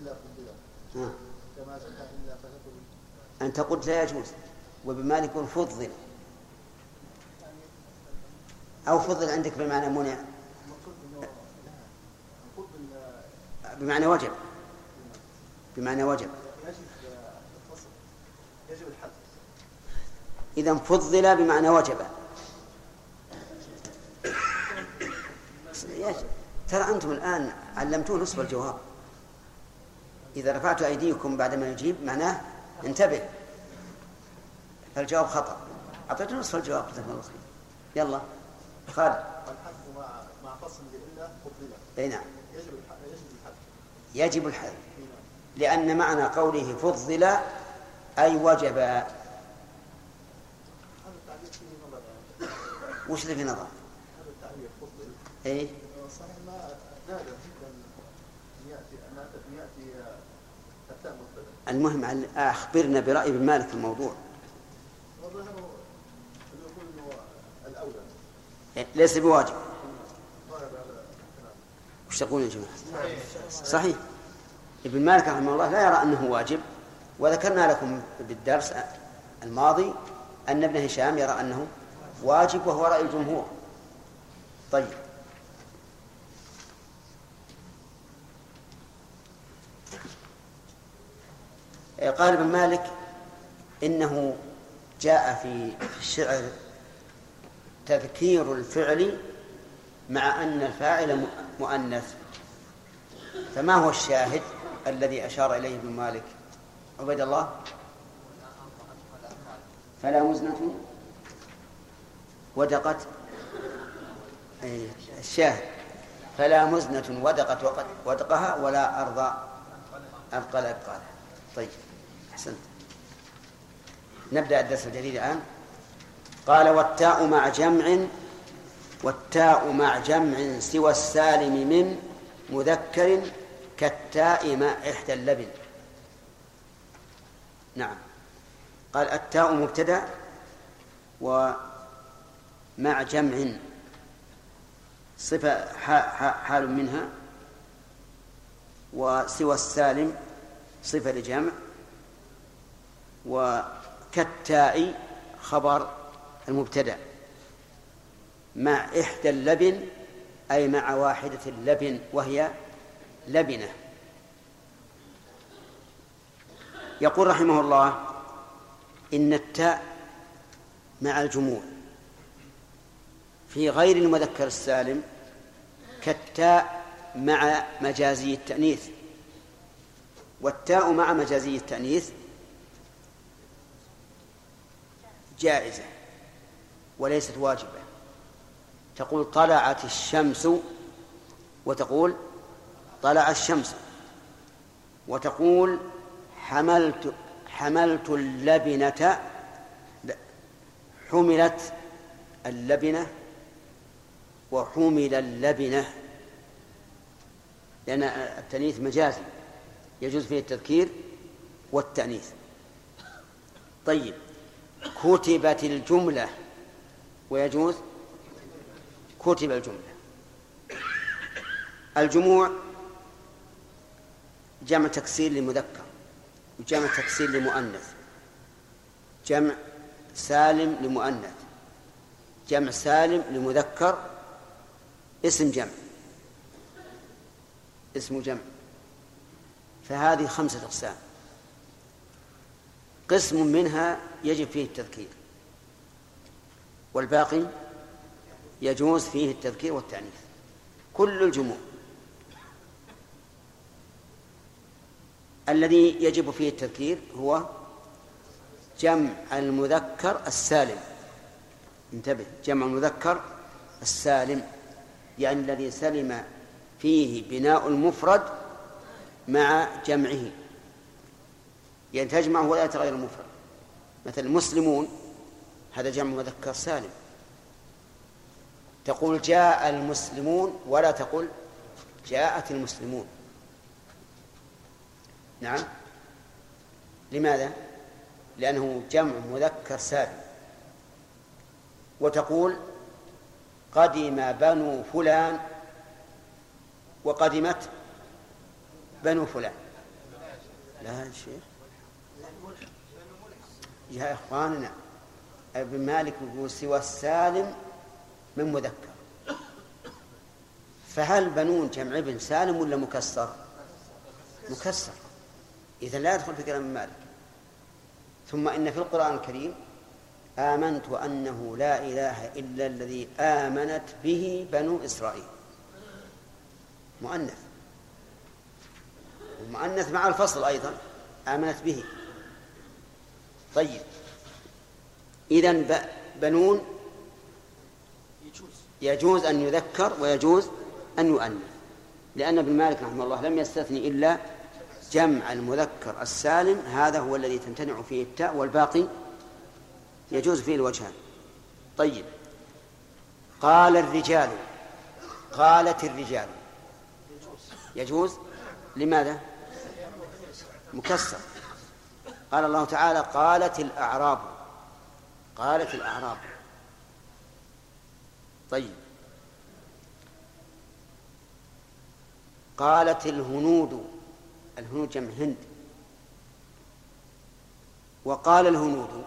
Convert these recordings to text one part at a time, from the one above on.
أنت قلت لا يجوز، وابن مالك يقول فضل، أو فضل عندك بمعنى منع، بمعنى وجب، بمعنى وجب. يجب الحد. إذن فضل بمعنى وجب. ترى أنتم الآن علمتوه نصف الجواب. إذا رفعت أيديكم بعدما يجيب معناه انتبه، فالجواب خطأ. أعطيته نصف الجواب. يلا خالد. الحد مع فصل إلا فضلة. أي نعم. يجب الحد. يجب الحد، لأن معنى قوله فضل أي وجب. هذا التعبير فيه نظر. وش اللي في نظر؟ هذا التعبير فضل. إيه. صحيح ما نادر جدا يأتي التاء مبتدأ. المهم أخبرنا برأي ابن مالك في الموضوع. والله يقول إنه الأولى. ليس بواجب. وش تقول يا جماعة؟ صحيح. ابن مالك رحمه الله لا يرى أنه واجب، وذكرنا لكم بالدرس الماضي أن ابن هشام يرى أنه واجب، وهو رأي الجمهور. طيب، قال ابن مالك إنه جاء في الشعر تذكير الفعل مع أن الفاعل مؤنث، فما هو الشاهد الذي أشار إليه ابن مالك؟ عبيد الله. فلا مزنة ودقت، الشاهد فلا مزنة ودقت ودقها ولا أرض أبقال أبقالها. طيب، أحسنت. نبدأ الدرس الجديد الآن. قال والتاء مع جمع سوى السالم من مذكر كالتاء مع إحدى اللبن. نعم، قال التاء مبتدأ ومع جمع صفة حال منها، وسوى السالم صفة لجمع، وكالتاء خبر المبتدأ، مع إحدى اللبن أي مع واحدة اللبن وهي لبنة. يقول رحمه الله إن التاء مع الجموع في غير المذكر السالم كالتاء مع مجازي التأنيث، والتاء مع مجازي التأنيث جائزة وليست واجبة. تقول طلعت الشمس، وتقول طلع الشمس، وتقول حملت اللبنة، حملت اللبنة وحمل اللبنة، لأن التأنيث مجازي يجوز فيه التذكير والتأنيث. طيب، كتبت الجملة ويجوز كتب الجملة. الجموع جمع تكسير لمذكر وجمع تكسير لمؤنث، جمع سالم لمؤنث، جمع سالم لمذكر، اسم جمع، اسم جمع. فهذه 5 أقسام. قسم منها يجب فيه التذكير، والباقي يجوز فيه التذكير والتأنيث. كل الجموع الذي يجب فيه التذكير هو جمع المذكر السالم. انتبه، جمع المذكر السالم يعني الذي سلم فيه بناء المفرد مع جمعه، يعني تجمعه ولا يتغير المفرد. مثل المسلمون هذا جمع مذكر سالم، تقول جاء المسلمون ولا تقول جاءت المسلمون. نعم، لماذا؟ لأنه جمع مذكر سالم. وتقول قدم بنو فلان وقدمت بنو فلان، لا شيء يا إخواننا، ابن مالك يقول سوى السالم من مذكر، فهل بنون جمع ابن سالم ولا مكسر؟ مكسر، إذن لا يدخل في كلام مالك. ثم إن في القرآن الكريم آمنت أنه لا إله إلا الذي آمنت به بنو إسرائيل، مؤنث، المؤنث مع الفصل أيضا آمنت به. طيب، إذن بنون يجوز أن يذكر ويجوز أن يؤنث، لأن ابن مالك رحمه الله لم يستثني إلا جمع المذكر السالم، هذا هو الذي تمتنع فيه التاء، والباقي يجوز فيه الوجهان. طيب، قال الرجال، قالت الرجال، يجوز. لماذا؟ مكسر. قال الله تعالى قالت الأعراب، قالت الأعراب. طيب، قالت الهنود، الهنود جمع هند، وقال الهنود،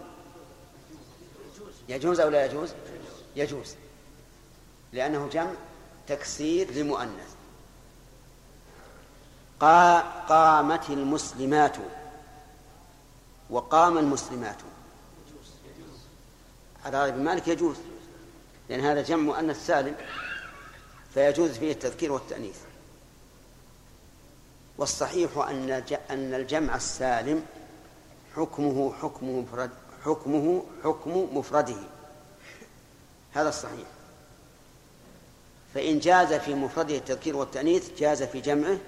يجوز أو لا يجوز؟ يجوز، لأنه جمع تكسير لمؤنث. قامت المسلمات، وقام المسلمات، على ابن مالك يجوز، لأن هذا جمع مؤنث سالم فيجوز فيه التذكير والتأنيث. والصحيح أن الجمع السالم حكمه حكم مفرده، هذا الصحيح. فإن جاز في مفرده التذكير والتأنيث جاز في جمعه،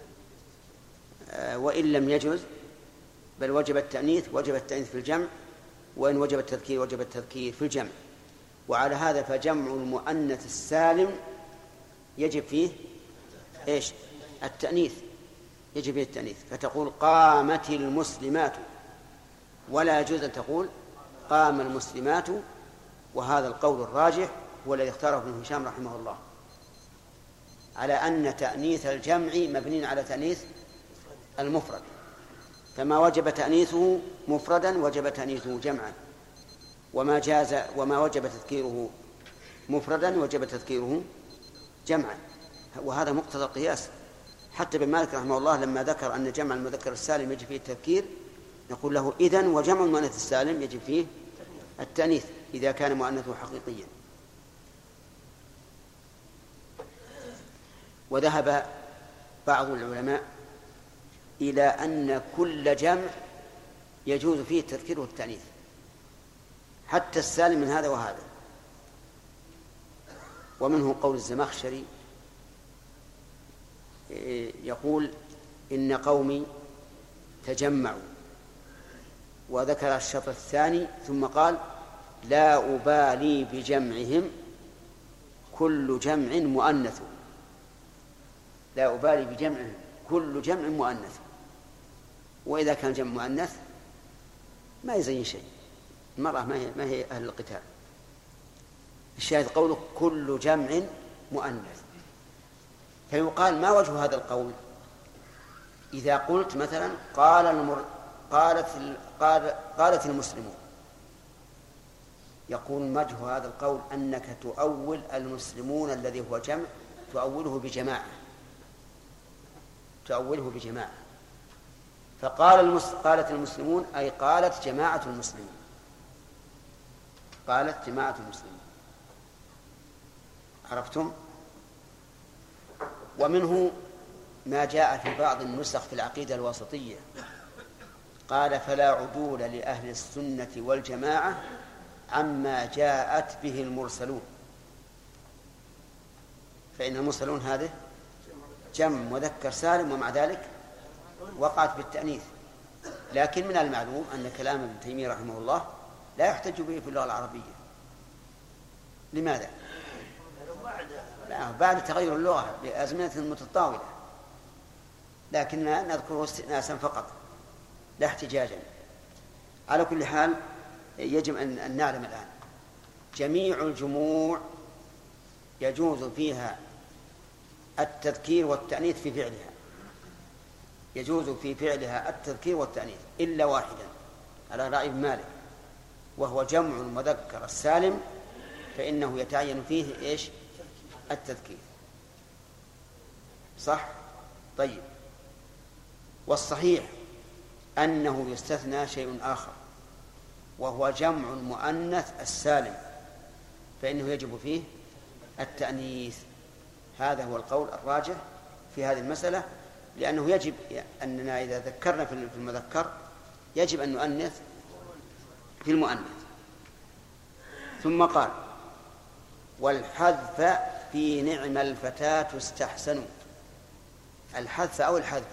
وإن لم يجوز بل وجب التأنيث وجب التأنيث في الجمع، وإن وجب التذكير وجب التذكير في الجمع. وعلى هذا فجمع المؤنث السالم يجب فيه إيش؟ التأنيث، يجب فيه التأنيث، فتقول قامت المسلمات، ولا يجوز أن تقول قام المسلمات. وهذا القول الراجح هو الذي اختاره ابن هشام رحمه الله، على أن تأنيث الجمع مبني على تأنيث المفرد، فما وجب تأنيثه مفردا وجب تأنيثه جمعا، وما وجب تذكيره مفردا وجب تذكيره جمعا. وهذا مقتضى القياس. حتى ابن مالك رحمه الله لما ذكر أن جمع المذكر السالم يجب فيه التذكير، نقول له إذن وجمع المؤنث السالم يجب فيه التأنيث إذا كان مؤنثه حقيقيا. وذهب بعض العلماء إلى أن كل جمع يجوز فيه التذكير والتأنيث، حتى السالم من هذا وهذا. ومنه قول الزمخشري يقول إن قومي تجمعوا، وذكر الشطر الثاني ثم قال لا أبالي بجمعهم كل جمع مؤنث، لا أبالي بجمعهم كل جمع مؤنث. وإذا كان جمع مؤنث ما يزين شيء، المرأة ما هي أهل القتال. الشاهد قوله كل جمع مؤنث. فيقال ما وجه هذا القول؟ إذا قلت مثلا قالت المسلمون، يكون وجه هذا القول أنك تؤول المسلمون الذي هو جمع تؤوله بجماعة، قالت المسلمون أي قالت جماعة المسلمين، قالت جماعة المسلمين. عرفتم؟ ومنه ما جاء في بعض النسخ في العقيدة الواسطية، قال فلا عدول لأهل السنة والجماعة عما جاءت به المرسلون، فإن المرسلون هذه جمع مذكر سالم، ومع ذلك وقعت بالتأنيث. لكن من المعلوم أن كلام ابن تيمية رحمه الله لا يحتج به في اللغة العربية. لماذا؟ بعد تغير اللغة بأزمنة متطاولة، لكننا نذكره استئناسا فقط لا احتجاجا. على كل حال يجب أن نعلم الآن جميع الجموع يجوز فيها التذكير والتأنيث في فعلها، يجوز في فعلها التذكير والتأنيث إلا واحدا على رأي ابن مالك، وهو جمع المذكر السالم، فإنه يتعين فيه إيش؟ التذكير. صح؟ طيب. والصحيح أنه يستثنى شيء آخر، وهو جمع المؤنث السالم، فإنه يجب فيه التأنيث. هذا هو القول الراجح في هذه المسألة، لأنه يجب أننا إذا ذكرنا في المذكر يجب أن نؤنث في المؤنث. ثم قال: والحذف في نعم الفتاة استحسنوا. الحذف أو الحذف؟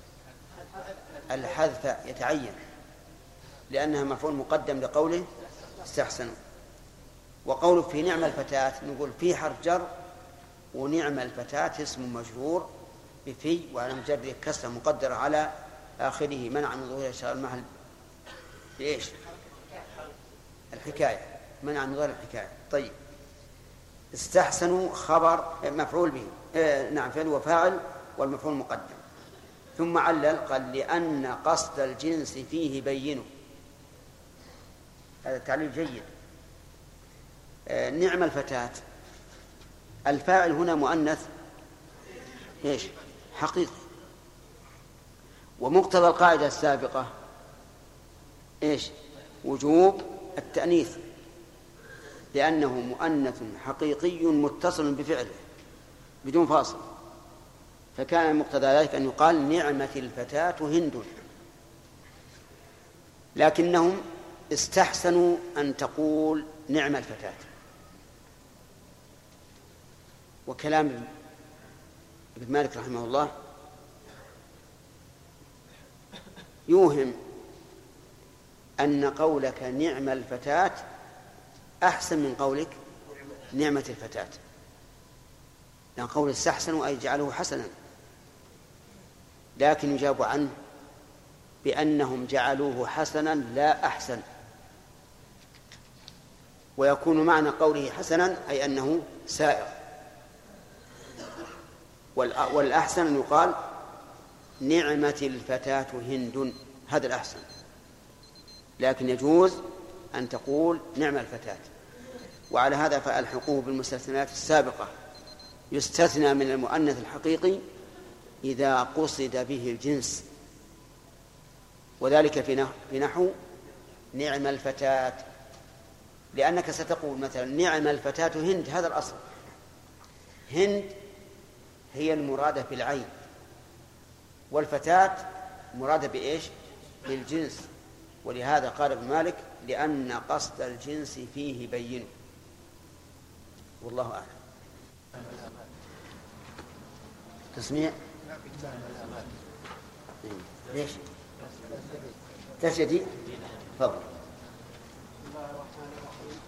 الحذف يتعين لأنها مفعول مقدم لقوله استحسنوا. وقوله في نعم الفتاة نقول في حرف جر، ونعم الفتاة اسم مجرور بفي وعلى جره كسرة مقدرة على آخره منع من ظهور اشتغال محل بإيش؟ الحكاية، منع من ظهور الحكاية. طيب. استحسنوا خبر مفعول به، نعم، فعل وفاعل والمفعول مقدم. ثم علل قال: لأن قصد الجنس فيه بينه. هذا تعليل جيد. نعم الفتاة، الفاعل هنا مؤنث إيش؟ حقيقي. ومقتضى القاعدة السابقة إيش؟ وجوب التأنيث، لأنه مؤنث حقيقي متصل بفعله بدون فاصل، فكان مقتضى ذلك أن يقال نعمة الفتاة هند. لكنهم استحسنوا أن تقول نعم الفتاة. وكلام ابن مالك رحمه الله يوهم أن قولك نعم الفتاة أحسن من قولك نعمة الفتاة، لأن قول استحسنوا أي جعله حسنا، لكن يجاب عنه بأنهم جعلوه حسنا لا أحسن. ويكون معنى قوله حسنا أي أنه سائر، والأحسن أن يقال نعمة الفتاة هند، هذا الأحسن. لكن يجوز أن تقول نعم الفتاة. وعلى هذا فألحقوه بالمستثنيات السابقة. يستثنى من المؤنث الحقيقي إذا قصد به الجنس، وذلك في نحو نعم الفتاة، لأنك ستقول مثلا نعم الفتاة هند، هذا الأصل. هند هي المرادة بالعين، والفتاة مرادة بإيش؟ بالجنس. ولهذا قال ابن مالك لأن قصد الجنس فيه بين. والله أعلم. تسميع ليش تسجدي؟ تفضل. بسم الله الرحمن الرحيم.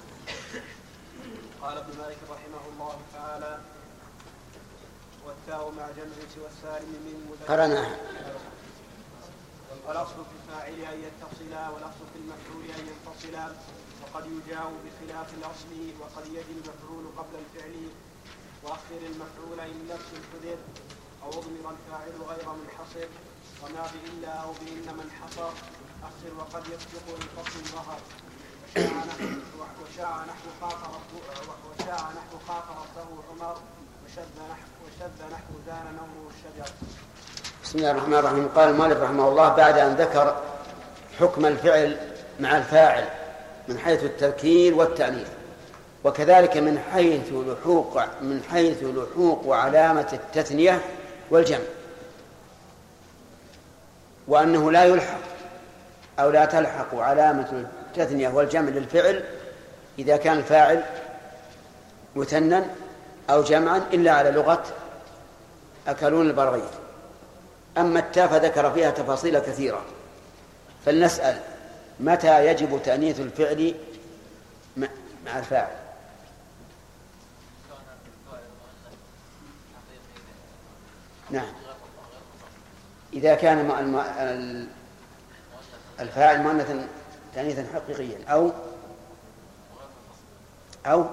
قال ابن مالك رحمه الله تعالى: والتاء مع جمع سوى السالم من مذكر. قرناها. والأصل في الفاعل أن يتصلا، والأصل في المفعول أن ينفصلا، وقد يجاء بخلاف الأصل، وقد يجي المفعول قبل الفعل، وأخر المفعول إن نفس حذر، أو أضمر الفاعل غير منحصر، وما بإلا أو بإن من حصر أخر، وقد يسبق الفصل ظهر. وشاع نحو خاف ربه عمر، وشذ نحو زان نوره الشجر. بسم الله الرحمن الرحيم. قال مالك رحمه الله بعد أن ذكر حكم الفعل مع الفاعل من حيث التذكير والتأنيث، وكذلك من حيث لحوق وعلامة التثنية والجمع، وأنه لا يلحق أو لا تلحق علامة التثنية والجمع للفعل إذا كان الفاعل مثنى أو جمعا إلا على لغة أكلون البرغيث. أما التاء فذكر فيها تفاصيل كثيرة، فلنسأل متى يجب تأنيث الفعل مع الفاعل؟ نعم، إذا كان الفاعل مؤنثا تأنيثا حقيقيا أو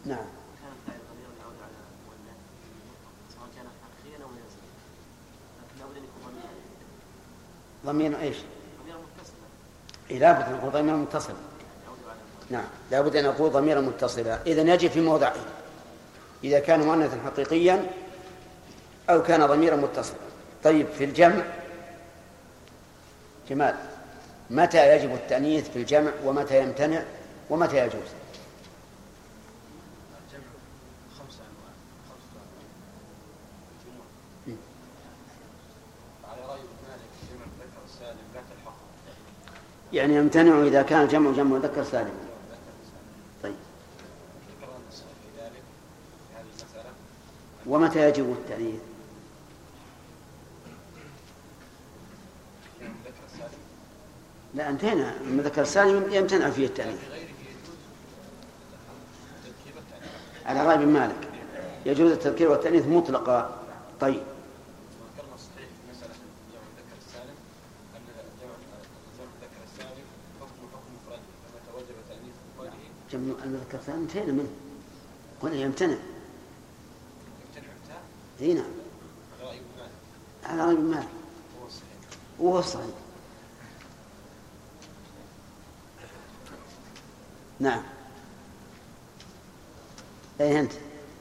نعم. كان الفاعل ضمير يعود على المؤنث سواء كان حقيقيا أو مجازيا، لكن لابد أن يكون ضمير إيش؟ ضمير متصلا. لا بد أن يكون ضمير متصل. نعم لا بد أن يكون ضميرا متصلا. إذن يجب في موضعه إذا كان مؤنثا حقيقيا أو كان ضميرا متصلا. طيب في الجمع جمال، متى يجب التأنيث في الجمع ومتى يمتنع ومتى يجوز؟ الجمع 5 أنواع، 5 على رأي ابن مالك جمع المذكر السالم لا تلحق، يعني يمتنع إذا كان الجمع جمع مذكر سالم. طيب ذكر النص في ذلك في هذه المسألة. ومتى يجب التأنيث؟ لا انتهينا، المذكر السالم يمتنع فيه التأنيث على رأي ابن مالك، يجوز التذكير والتأنيث مطلقا. طيب ذكرنا الصحيح في مسألة جمع المذكر السالم أن جمع المذكر السالم حكم مفرد، فمتى وجب تأنيث مفرده جمع المذكر السالم انتهينا منه، قلنا يمتنع. اي نعم على رأي ابن مالك هو الصحيح. نعم أي أنت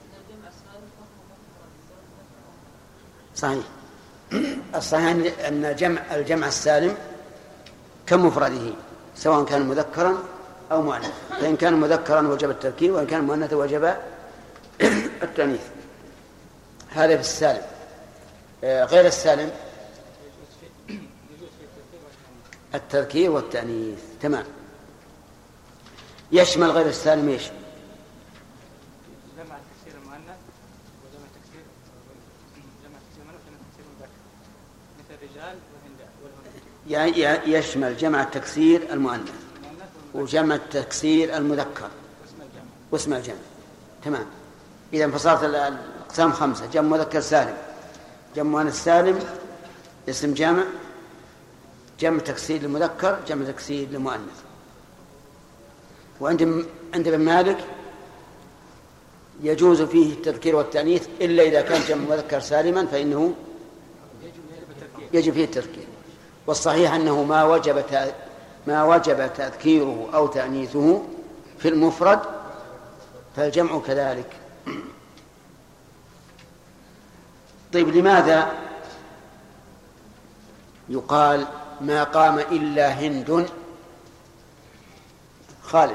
صحيح. الصحيح أن الجمع السالم كمفرده سواء كان مذكرا أو مؤنثا، فإن كان مذكرا وجب التذكير وإن كان مؤنثا وجب التأنيث. هذا في السالم. غير السالم التذكير والتأنيث تمام. يشمل غير السالم ايش؟ جمع تكسير المؤنث وجمع تكسير المؤنث وجمع تكسير المذكر مثل الرجال والهند. يشمل جمع التكسير المؤنث وجمع التكسير المذكر واسم الجمع تمام. إذا فصارت الأقسام 5: جمع مذكر سالم، جمع مؤنث سالم، اسم جمع، جمع تكسير المذكر، جمع تكسير المؤنث. وعند ابن مالك يجوز فيه التذكير والتأنيث إلا إذا كان جمع مذكر سالما فإنه يجب فيه التذكير. والصحيح أنه ما وجب تذكيره أو تأنيثه في المفرد فالجمع كذلك. طيب لماذا يقال ما قام إلا هند؟ خالد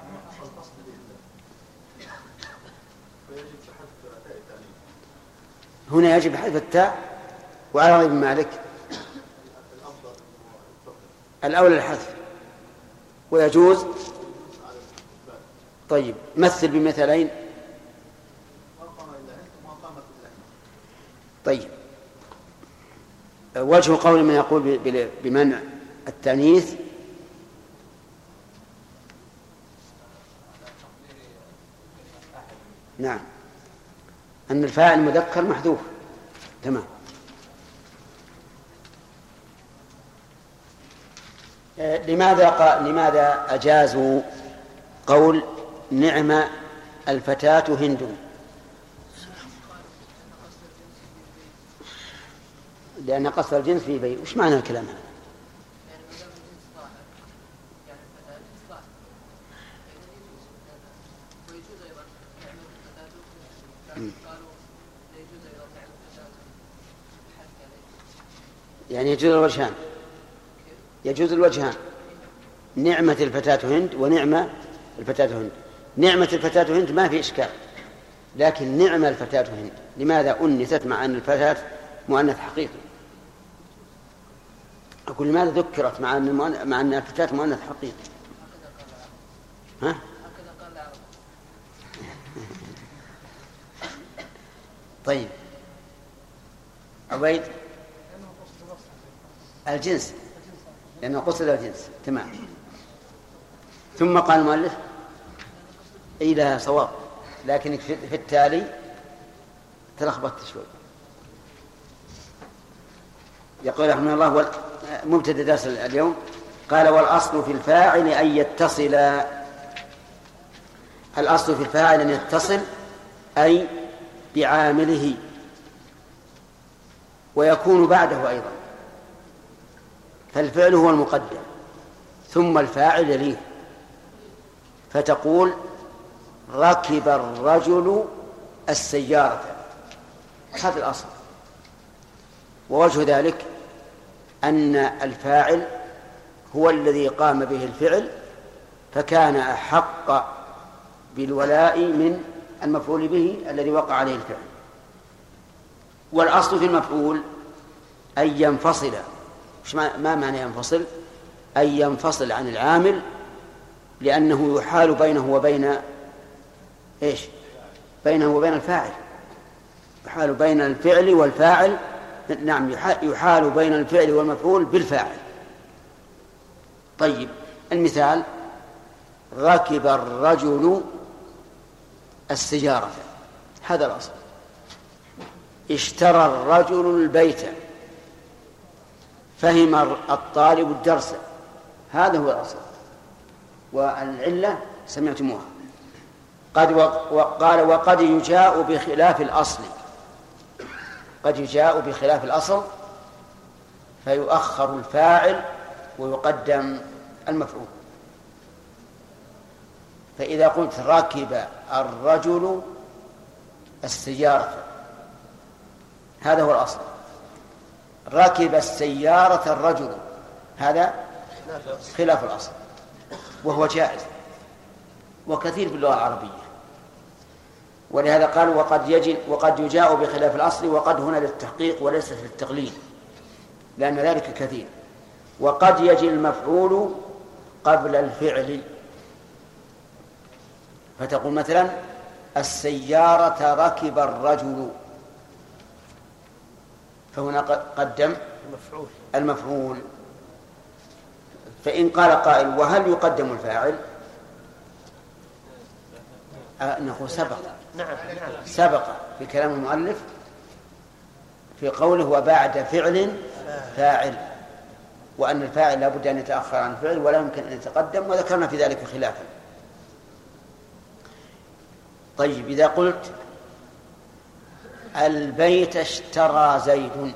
هنا يجب حذف التاء، وعلى رأي ابن مالك الأولى الحذف ويجوز. طيب مثل بمثلين. طيب وجه قول من يقول بمنع التأنيث نعم أن الفاعل المذكر محذوف تمام. لماذا أجازوا قول نعم الفتاة هند؟ لأن قصد الجنس في بيت. وش معنى الكلام هذا؟ يعني يجوز الوجهان، يجوز الوجهان، نعمة الفتاة هند ونعمة الفتاة هند. نعمة الفتاة هند ما في إشكال، لكن نعمة الفتاة هند لماذا أنثت مع أن الفتاة مؤنث حقيقي؟ أقول لماذا ذكرت مع أن الفتاة مؤنث حقيقي؟ ها؟ طيب عبيد الجنس، لأنه قصد الجنس تمام. ثم قال المؤلف إيه لها صواب، لكن في التالي تلخبطت شوي. يقول رحمه الله مبتدأ درس اليوم قال والأصل في الفاعل أن يتصل الأصل في الفاعل أن يتصل أي بعامله، ويكون بعده أيضا، فالفعل هو المقدم ثم الفاعل يليه، فتقول ركب الرجل السيارة، هذا الأصل. ووجه ذلك أن الفاعل هو الذي قام به الفعل، فكان أحق بالولاء من المفعول به الذي وقع عليه الفعل. والأصل في المفعول أن ينفصل. ما معنى ينفصل؟ أن ينفصل عن العامل، لأنه يحال بينه وبين إيش؟ بينه وبين الفاعل، يحال بين الفعل والفاعل. نعم، يحال بين الفعل والمفعول بالفاعل. طيب، المثال: ركب الرجل السيارة، هذا الأصل. اشترى الرجل البيت، فهم الطالب الدرس، هذا هو الأصل. والعلة سمعتموها. قال وقد يجاء بخلاف الأصل، قد يجاء بخلاف الأصل فيؤخر الفاعل ويقدم المفعول. فإذا قلت ركب الرجل السيارة، هذا هو الأصل. ركب السيارة الرجل، هذا خلاف الأصل، وهو جائز وكثير باللغة العربية. ولهذا قال وقد يجاء بخلاف الأصل، وقد هنا للتحقيق وليس للتقليد، لأن ذلك كثير. وقد يجي المفعول قبل الفعل، فتقول مثلا السيارة ركب الرجل، فهنا قدم المفعول. فإن قال قائل وهل يقدم الفاعل؟ نقول سبق في كلام المؤلف في قوله وبعد فعل فاعل، وأن الفاعل لا بد أن يتأخر عن الفعل ولا يمكن أن يتقدم، وذكرنا في ذلك خلافا. طيب، إذا قلت البيت اشترى زيد،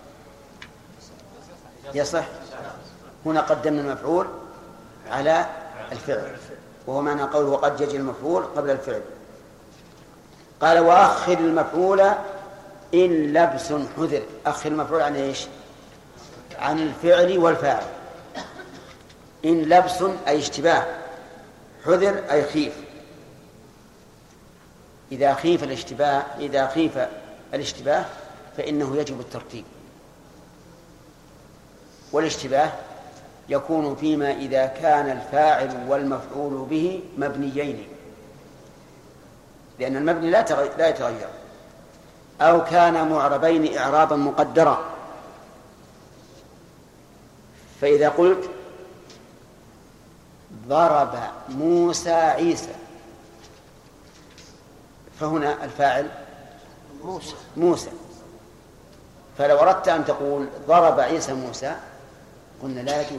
يصح؟ هنا قدمنا المفعول على الفعل، وهو معنى قوله وقد يجي المفعول قبل الفعل. قال وأخر المفعول إن لبس حذر. أخر المفعول عن إيش؟ عن الفعل والفاعل. إن لبس أي اشتباه، حذر أي خيف. إذا خيف الاشتباه فإنه يجب الترتيب. والاشتباه يكون فيما إذا كان الفاعل والمفعول به مبنيين، لأن المبني لا يتغير، أو كان معربين إعرابا مقدرا. فإذا قلت ضرب موسى عيسى، فهنا الفاعل موسى. فلو أردت أن تقول ضرب عيسى موسى قلنا لا يجوز.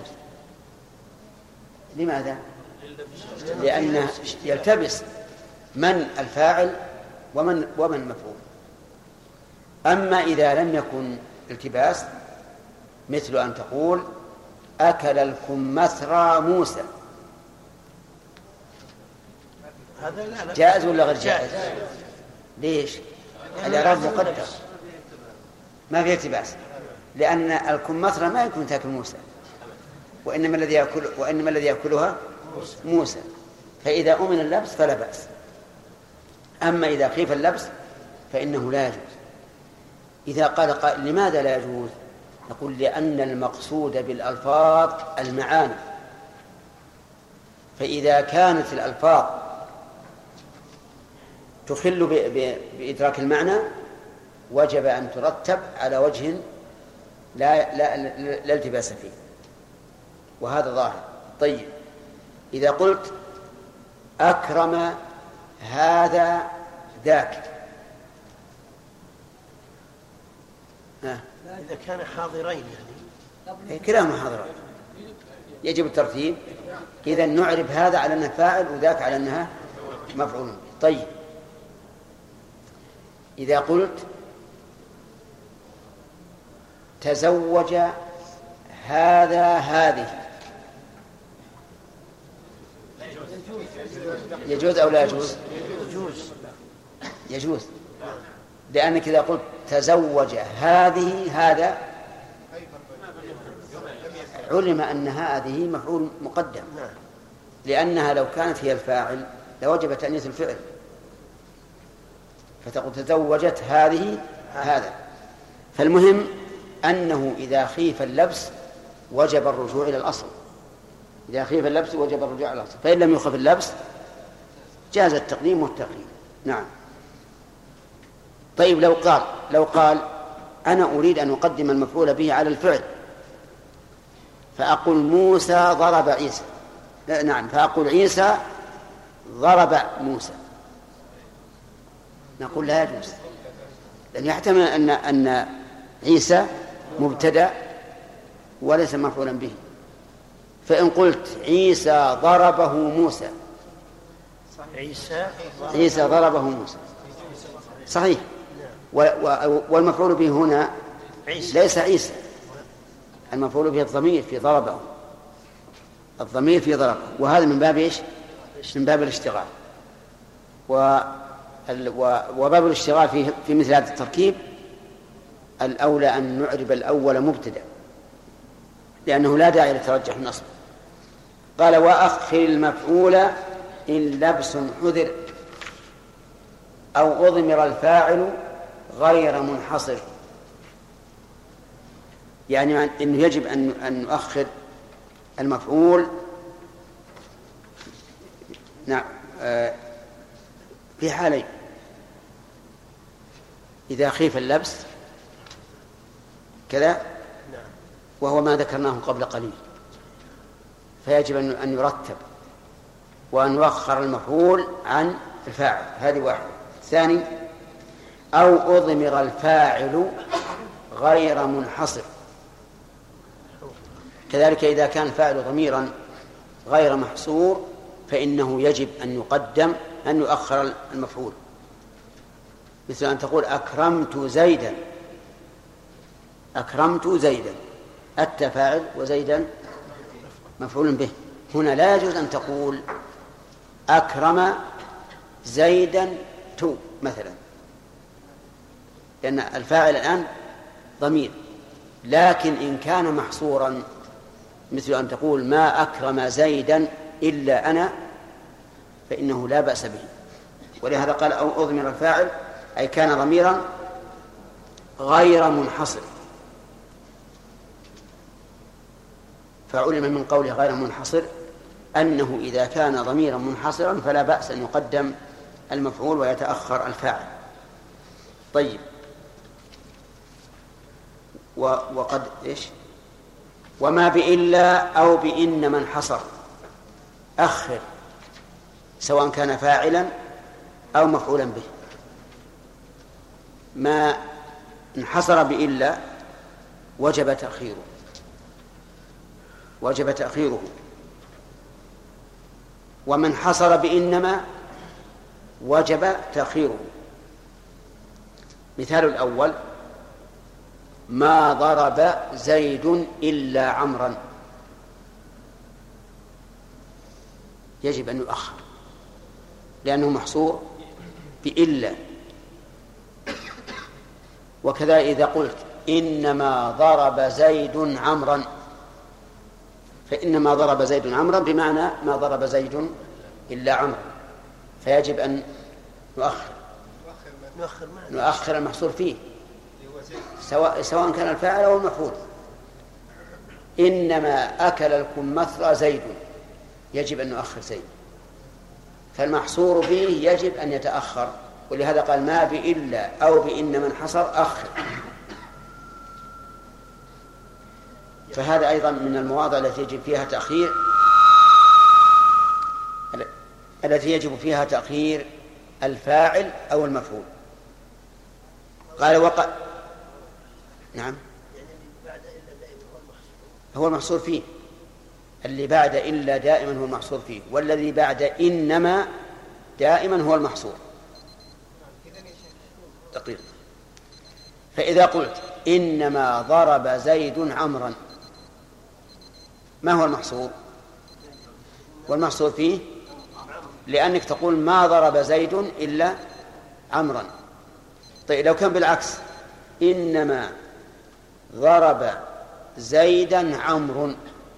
لماذا؟ لأن يلتبس من الفاعل ومن المفعول. أما إذا لم يكن التباس، مثل أن تقول أكل الكمثرى موسى، جائز ولا غير جائز؟ ليش؟ الإعراب مقدر، ما في التباس، لأن الكمثرى ما يكون تاكل موسى، وإنما الذي يأكلها موسى. فإذا أمن اللبس فلا بأس. أما إذا خيف اللبس فإنه لا يجوز. إذا قال قائل لماذا لا يجوز؟ نقول لأن المقصود بالألفاظ المعاني، فإذا كانت الألفاظ تخل بإدراك المعنى وجب أن ترتب على وجه لا التباس فيه، وهذا ظاهر. طيب، إذا قلت أكرم هذا ذاك، إذا كان حاضرين يعني كلاهما حاضرين يجب الترتيب. إذا نعرف هذا على أنها فاعل وذاك على أنها مفعول به. طيب إذا قلت تزوج هذا هذه يجوز أو لا يجوز؟ يجوز، لأنك إذا قلت تزوج هذه هذا علم أن هذه مفعول مقدم، لأنها لو كانت هي الفاعل لوجب تأنيث الفعل، فتقول تزوجت هذه هذا. فالمهم أنه إذا خيف اللبس وجب الرجوع إلى الأصل، إذا خيف اللبس وجب الرجوع إلى الأصل، فإن لم يخف اللبس جاز التقديم والتأخير. نعم. طيب لو قال أنا أريد أن أقدم المفعول به على الفعل، فأقول موسى ضرب عيسى، نعم، فأقول عيسى ضرب موسى، نقول لا يجوز، لأن يحتمل أن عيسى مبتدأ وليس مفعولا به. فإن قلت عيسى ضربه موسى، عيسى ضربه موسى صحيح، والمفعول به هنا ليس عيسى، المفعول به الضمير في ضربه، الضمير في ضربه، وهذا من باب إيش؟ من باب الاشتغال. وباب الاشتغال في مثل هذا التركيب الأولى أن نعرب الأول مبتدأ، لأنه لا داعي لترجح النصب. قال وأخر المفعول إن لبس حذر أو أضمر الفاعل غير منحصر، يعني أنه يجب أن نؤخر المفعول نعم في حالين: إذا خيف اللبس كذا، وهو ما ذكرناه قبل قليل، فيجب أن يرتب وأن يؤخر المفعول عن الفاعل، هذه واحدة. ثاني: أو أضمر الفاعل غير منحصر، كذلك إذا كان الفاعل ضميرا غير محصور فإنه يجب أن يؤخر المفعول، مثل أن تقول أكرمت زيدا، أكرمت زيدا، أتى فاعل وزيدا مفعول به. هنا لا يجوز أن تقول أكرم زيدا تو مثلا، لأن الفاعل الآن ضمير. لكن إن كان محصورا مثل أن تقول ما أكرم زيدا إلا أنا فإنه لا بأس به. ولهذا قال أو أضمر الفاعل، أي كان ضميرا غير منحصر، فعلم من قوله غير منحصر أنه إذا كان ضميرا منحصرا فلا بأس أن يقدم المفعول ويتأخر الفاعل. طيب، وقد إيش؟ وما بإلا أو بإن من حصر أخر، سواء كان فاعلا أو مفعولا به. ما انحصر بإلا وجب تأخيره، ومن حصر بإنما وجب تأخيره. مثال الأول: ما ضرب زيد إلا عمرا، يجب أن يؤخر لأنه محصور بإلا. وكذا إذا قلت إنما ضرب زيد عمرا، فإنما ضرب زيد عمرا بمعنى ما ضرب زيد إلا عمرا، فيجب أن نؤخر المحصور فيه سواء كان الفاعل أو المفعول. إنما أكل الكمثرى زيد، يجب أن نؤخر زيد، فالمحصور به يجب أن يتأخر. ولهذا قال ما بإلا أو بإن من حصر أخر. فهذا أيضا من المواضع التي يجب فيها تأخير الفاعل أو المفعول. قال نعم، هو المحصور فيه، اللي بعد إلا دائما هو المحصور فيه، والذي بعد إنما دائما هو المحصور تقريبا. فإذا قلت إنما ضرب زيد عمرا، ما هو المحصور؟ والمحصور فيه لأنك تقول ما ضرب زيد إلا عمرا. طيب لو كان بالعكس إنما ضرب زيدا عمرو،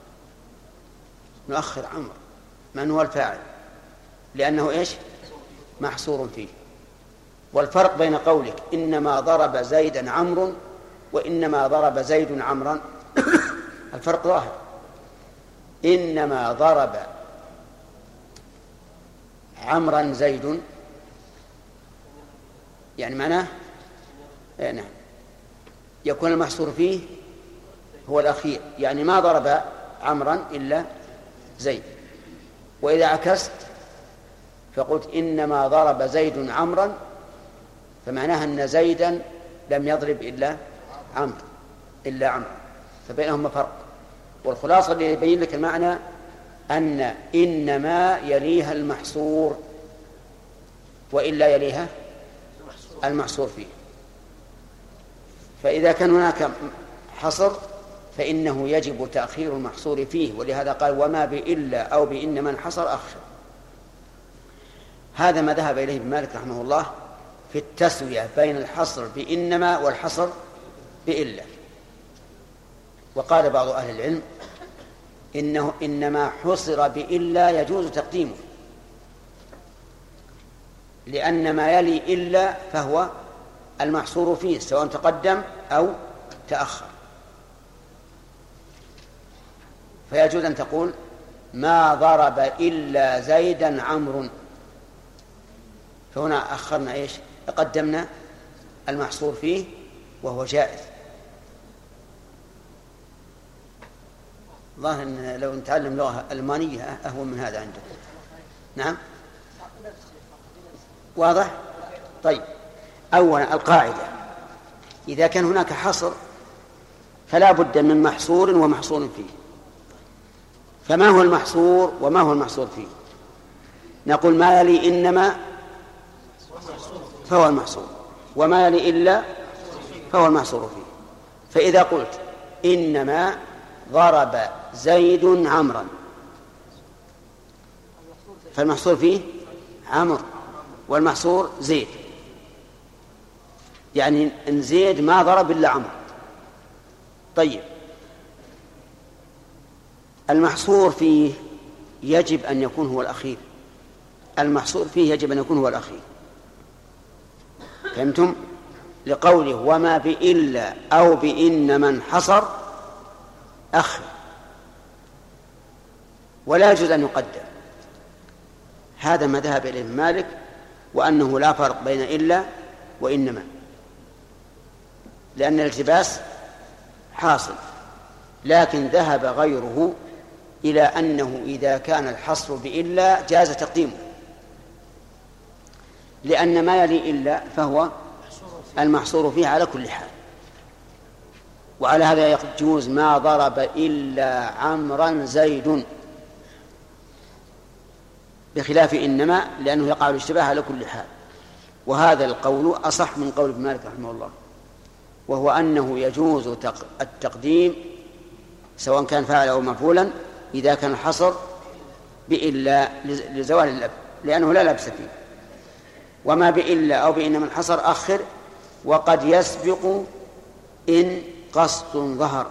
نؤخر عمرو من هو الفاعل لأنه إيش؟ محصور فيه. والفرق بين قولك إنما ضرب زيدا عمرو وإنما ضرب زيد عمرا الفرق ظاهر. إنما ضرب عمرا زيد يعني معناه نعم يكون المحصور فيه هو الأخير، يعني ما ضرب عمرا إلا زيد. وإذا عكست فقلت إنما ضرب زيد عمرا فمعناها أن زيدا لم يضرب إلا عمرو فبينهما فرق. والخلاصة اللي يبين لك المعنى أن إنما يليها المحصور وإلا يليها المحصور فيه. فإذا كان هناك حصر فإنه يجب تأخير المحصور فيه، ولهذا قال وما بإلا أو بإنما انحصر أخشى. هذا ما ذهب إليه ابن مالك رحمه الله في التسوية بين الحصر بإنما والحصر بإلا. وقال بعض أهل العلم إنه إنما حصر بإلا يجوز تقديمه، لأن ما يلي إلا فهو المحصور فيه سواء تقدم أو تأخر. فيجوز أن تقول ما ضرب إلا زيدا عمرو، فهنا أخرنا إيش؟ قدمنا المحصور فيه وهو جائز. ظاهر أن لو نتعلم لغة ألمانية أهون من هذا عندكم. نعم واضح؟ طيب أولا القاعدة إذا كان هناك حصر فلا بد من محصور ومحصور فيه. فما هو المحصور وما هو المحصور فيه؟ نقول ما يلي إنما فهو المحصور، وما يلي إلا فهو المحصور فيه. فإذا قلت إنما ضرب زيد عمرا فالمحصور فيه عمرو والمحصور زيد، يعني إن زيد ما ضرب إلا عمرو. طيب المحصور فيه يجب أن يكون هو الأخير، المحصور فيه يجب أن يكون هو الأخير. فهمتم؟ لقوله وما بإلا أو بإن من حصر أخر، ولا يجوز أن يقدم. هذا ما ذهب إليه مالك، وأنه لا فرق بين إلا وإنما، لأن الالتباس حاصل. لكن ذهب غيره إلى أنه إذا كان الحصر بإلا جاز تقديمه، لأن ما يلي إلا فهو المحصور فيه على كل حال. وعلى هذا يجوز ما ضرب إلا عمرا زيد، بخلاف إنما لأنه يقع الاشتباه على كل حال. وهذا القول أصح من قول ابن مالك رحمه الله، وهو أنه يجوز التقديم سواء كان فاعلا أو مفعولا إذا كان الحصر بإلا لزوال اللبس، لأنه لا لبس فيه. وما بإلا أو بإن من حصر أخر، وقد يسبق إن قصد ظهر.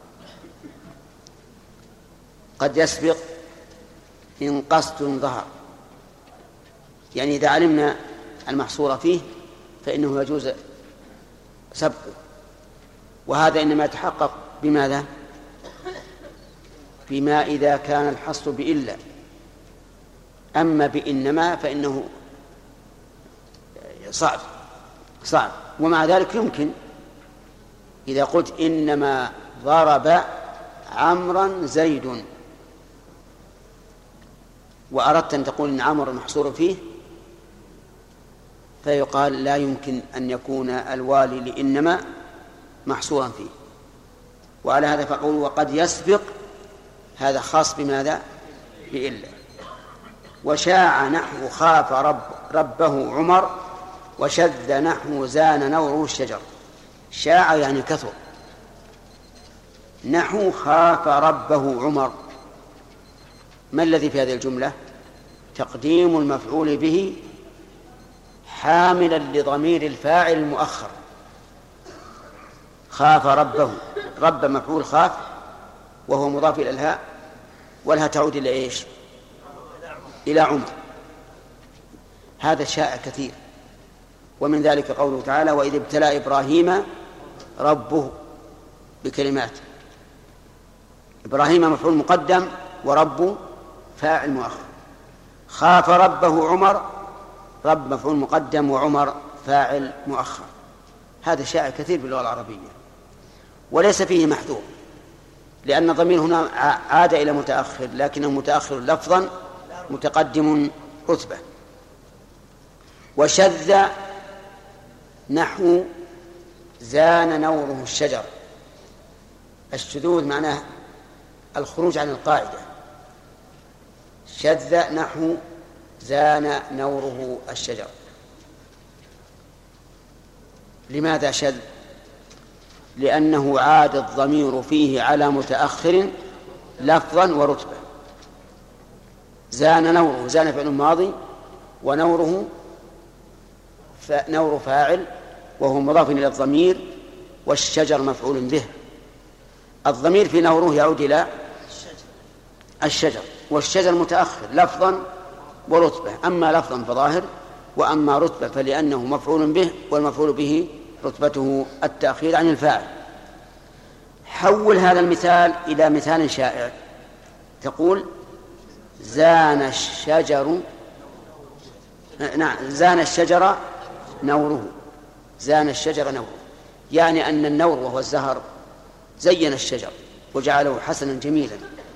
قد يسبق إن قصد ظهر، يعني إذا علمنا المحصور فيه فإنه يجوز سبقه. وهذا إنما يتحقق بماذا؟ بما إذا كان الحصر بإلا. أما بإنما فإنه صعب. ومع ذلك يمكن إذا قلت إنما ضرب عمرا زيد وأردت أن تقول إن عمر محصور فيه، فيقال لا يمكن أن يكون الوالي لإنما محصورا فيه. وعلى هذا فقول وقد يسبق، هذا خاص بماذا؟ بإلا. وشاع نحو خاف ربه عمر، وشذ نحو زان نوره الشجر. شاع يعني كثر، نحو خاف ربه عمر. ما الذي في هذه الجملة؟ تقديم المفعول به حاملا لضمير الفاعل المؤخر. خاف ربه، رب مفعول خاف وهو مضاف إلى الهاء، والهاء تعود إلى إيش؟ إلى عمر. هذا شائع كثير. ومن ذلك قوله تعالى: وإذ ابتلى إبراهيم ربه بكلمات. إبراهيم مفعول مقدم ورب فاعل مؤخر. خاف ربه عمر، رب مفعول مقدم وعمر فاعل مؤخر. هذا شائع كثير في اللغة العربية وليس فيه محذور، لأن الضمير هنا عاد إلى متأخر، لكنه متأخر لفظا متقدم رتبة. وشذ نحو زان نوره الشجر. الشذوذ معناه الخروج عن القاعدة. شذ نحو زان نوره الشجر. لماذا شذ؟ لأنه عاد الضمير فيه على متأخر لفظا ورتبة. زان نوره، زان فعل ماضي، ونوره نور فاعل وهو مضاف إلى الضمير، والشجر مفعول به. الضمير في نوره يعود إلى الشجر، والشجر متأخر لفظا ورتبة. أما لفظا فظاهر، وأما رتبة فلأنه مفعول به، والمفعول به رتبته التأخير عن الفاعل. حول هذا المثال إلى مثال شائع. تقول: زان الشجر، نعم، زان الشجر نوره. زان الشجر نوره، يعني أن النور وهو الزهر زين الشجر وجعله حسنا جميلا.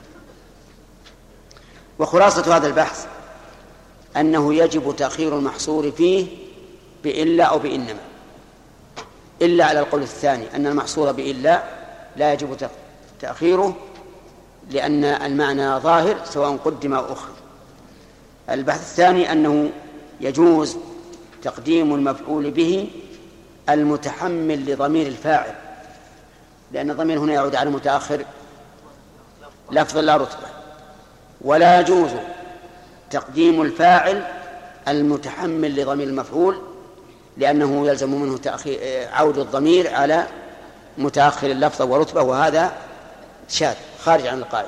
وخلاصة هذا البحث أنه يجب تأخير المحصور فيه بإلا أو بإنما، إلا على القول الثاني أن المحصور بإلا لا يجب تأخيره، لأن المعنى ظاهر سواء قدم أو أخر. البحث الثاني أنه يجوز تقديم المفعول به المتحمل لضمير الفاعل، لأن الضمير هنا يعود على متأخر لفظ لا رتبة. ولا يجوز تقديم الفاعل المتحمل لضمير المفعول، لأنه يلزم منه عود الضمير على متأخر اللفظ ورتبة، وهذا شاذ خارج عن القاعدة.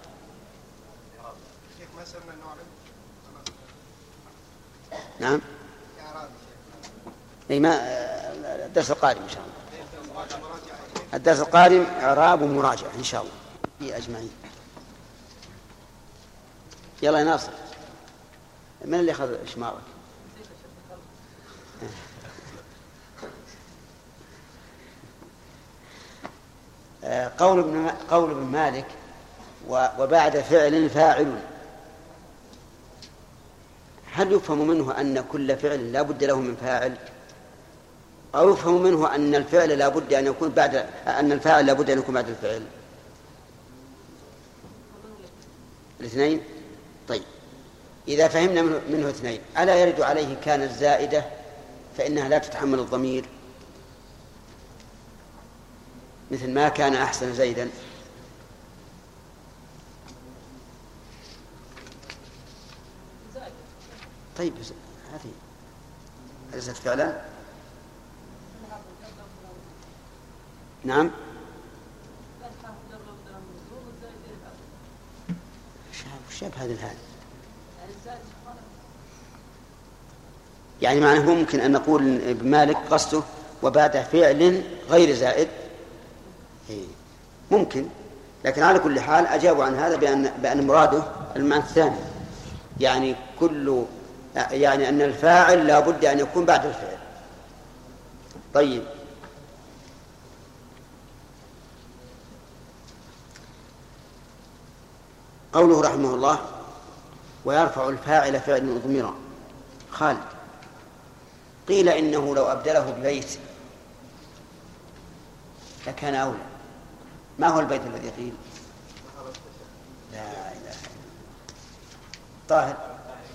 نعم، أي ما الدرس القادم إن شاء الله. الدرس القادم إعراب ومراجعة إن شاء الله في أجمعين. يلا يا ناصر، من اللي أخذ إشمارك؟ قول ابن مالك: وبعد فعل فاعل. هل يفهم منه أن كل فعل لا بد له من فاعل، أو يفهم منه أن الفعل لا بد أن يكون أن الفاعل لا بد أن يكون بعد الفعل؟ الاثنين. طيب، إذا فهمنا منه اثنين، ألا يرد عليه كان الزائدة فإنها لا تتحمل الضمير، مثل ما كان أحسن زيدا؟ طيب، هذه أليست فعلا؟ نعم. شاب هذا الحال، يعني معناه ممكن أن نقول ابن مالك قصده وبعد فعل غير زائد، ممكن. لكن على كل حال أجابوا عن هذا بأن مراده المعنى الثاني، يعني يعني أن الفاعل لا بد أن يكون بعد الفعل. طيب، قوله رحمه الله: ويرفع الفاعل فعل ضميرا. خالد: قيل إنه لو أبدله ببيت لكان أولى. ما هو البيت الذي قيل؟ لا إله إلا الله. طاهر: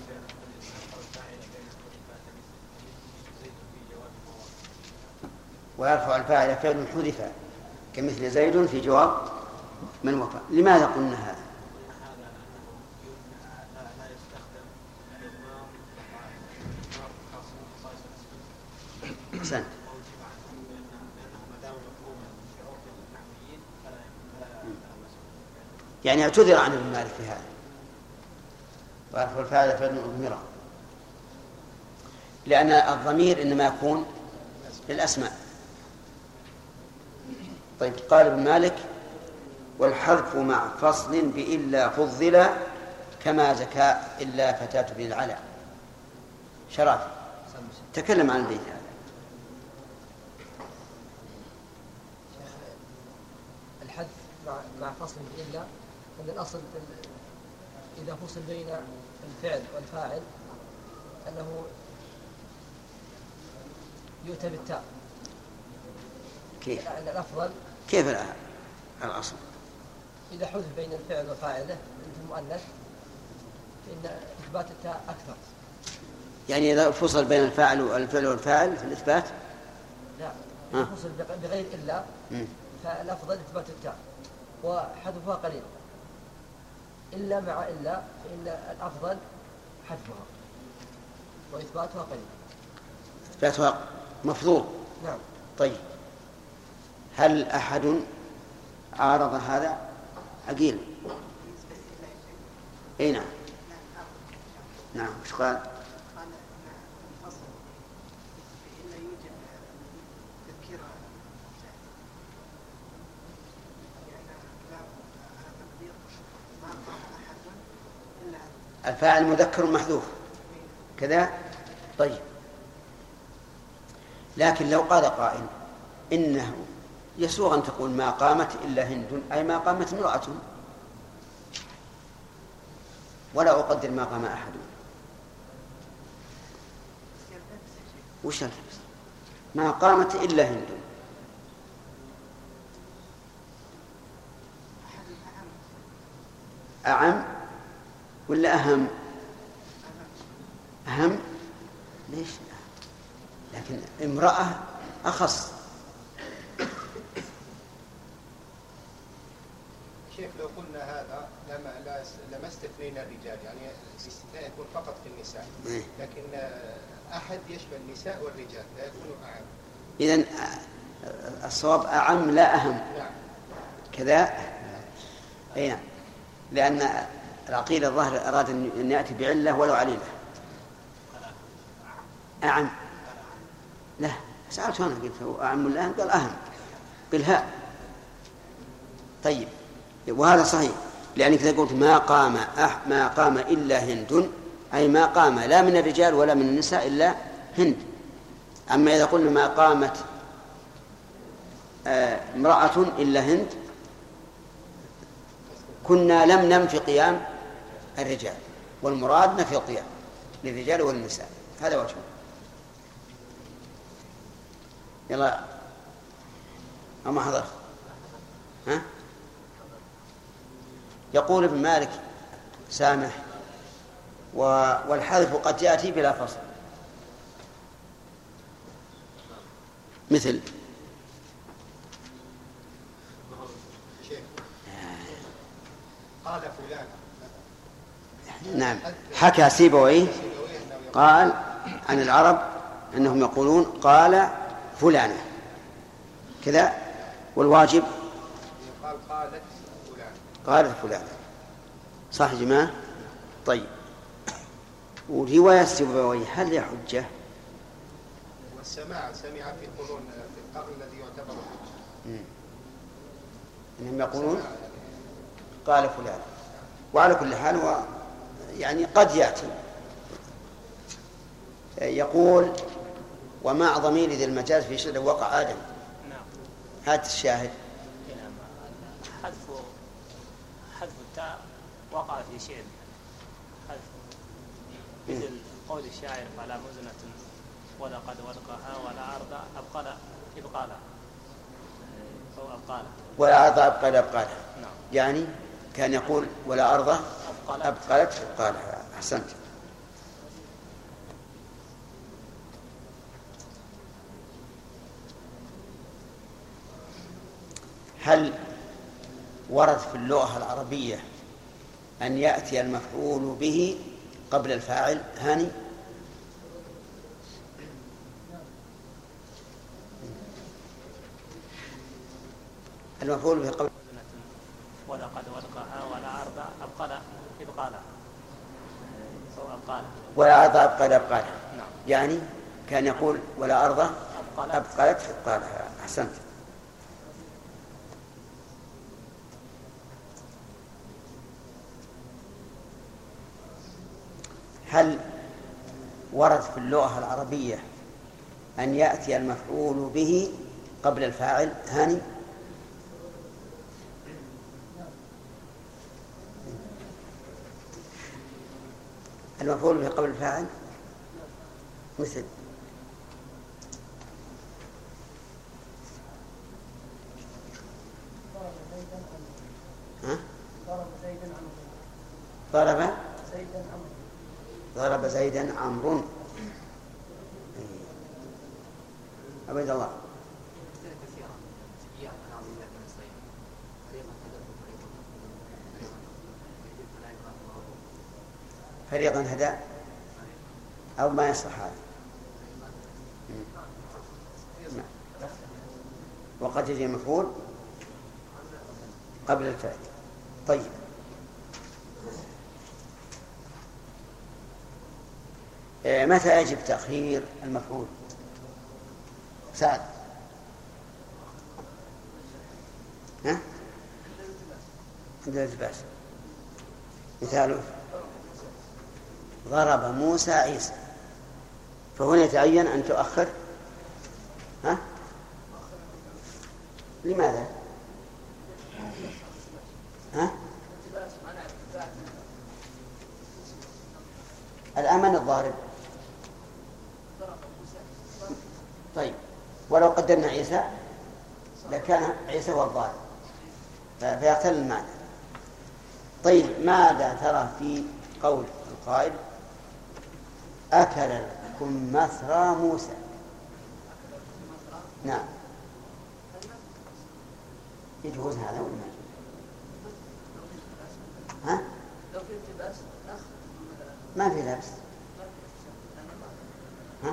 ويرفع الفاعل فعل حذف كمثل زيد في جواب من وفى. لماذا قلنا هذا؟ أحسنت. يعني اعتذر عن ابن مالك في هذا، ويرفع الفاعل فعل مضمرا، لأن الضمير إنما يكون للأسماء. طيب، قال ابن مالك: والحذف مع فصل بإلا فضل كما زكى إلا فتاة بن العلا. شرف تكلم عن البيت هذا. الحذف مع فصل بإلا، أن الأصل إذا فصل بين الفعل والفاعل أنه يؤتى بالتاء. كيف؟ لأن الأفضل كيف الأصل؟ إذا حذف بين الفعل وفاعله في المؤنث فإن إثبات التاء أكثر. يعني إذا فصل بين الفاعل والفاعل في الإثبات؟ لا، إذا فصل بغير إلا فالأفضل إثبات التاء وحذفها قليل. إلا مع إلا فإن الأفضل حذفها وإثباتها قليل. إثباتها مفضول. نعم. طيب، هل أحد عارض هذا؟ عقيل. أي نعم. نعم، وش قال؟ الفاعل مذكر محذوف كذا. طيب، لكن لو قال قائل إنه يسوغ أن تقول ما قامت إلا هند، أي ما قامت امرأة، ولا أقدر ما قام أحد. وش الفرق؟ ما قامت إلا هند. أعم ولا أهم؟ أهم. ليش؟ لكن امرأة أخص. شيخ، لو قلنا هذا لما استثنينا الرجال، يعني الاستثناء يكون فقط في النساء، لكن أحد يشمل النساء والرجال لا يكون أعم. إذن الصواب أعم لا أهم. نعم. كذا. أي نعم، لأن العقيل الظاهر أراد أن يأتي بعلة ولو عليلة. أعم. لا، سألت أنا قلت أعم الآن، قال أهم بالهاء. طيب، وهذا صحيح، لأنك إذا قلت ما قام إلا هند، أي ما قام لا من الرجال ولا من النساء إلا هند. أما إذا قلنا ما قامت امرأة إلا هند، كنا لم ننفي قيام الرجال، والمراد نفي القيام للرجال والنساء. هذا وجهه. يلا، أما حضر. ها؟ يقول ابن مالك سامح: والحذف قد يأتي بلا فصل، مثل قال فلان. نعم، حكى سيبويه قال عن العرب أنهم يقولون قال فلانة كذا، والواجب قالت فلانة. صح يا جماعة؟ طيب، ورواية سيبويه هل هي حجة؟ والسماع سمع في القرن في القرن الذي يعتبر حجة. إنهم يقولون قال فلان. وعلى كل حال يعني قد يأتي. يقول: ومع ضمير ذي المجاز في شر وقع آدم. نعم. هات الشاهد. حذف التاء وقع في شيء حذف، مثل قول الشاعر: فلا مزنة ولقد ولقها ولا عرض أبقالها أو أبقالها، ولا عرض أبقالها. نعم. يعني كان يقول: ولا أرض أبقلت أبقالها. أحسنت. هل ورد في اللغة العربية أن يأتي المفعول به قبل الفاعل؟ هاني؟ المفعول به قبل ولقد ولقاها ولا عرض أبقى إبقالها أو أبقالها ولا أرض أبقى أبقالها. نعم. يعني كان يقول ولا أرض أبقلت إبقالها. أحسنت. هل ورد في اللغة العربية أن يأتي المفعول به قبل الفاعل؟ هاني؟ المفعول به قبل الفاعل مثل ضرب زيدا عمرو. عبيد الله. فريقا هدى أو ما يصلح هذا. وقد يجي المفعول قبل الفعل. طيب، متى يجب تأخير المفعول؟ سعد. ها؟ عند الالتباس. مثاله ضرب موسى عيسى، فهنا يتعين أن تؤخر. ها؟ لماذا؟ ها؟ الأمن الضارب. طيب، ولو قدرنا عيسى لكان عيسى هو الضارب فيختل المعنى. طيب، ماذا ترى في قول القائل أكل الكمثرى موسى؟ نعم، يجوز هذا ولا ما؟ ها؟ ما في لبس. ها؟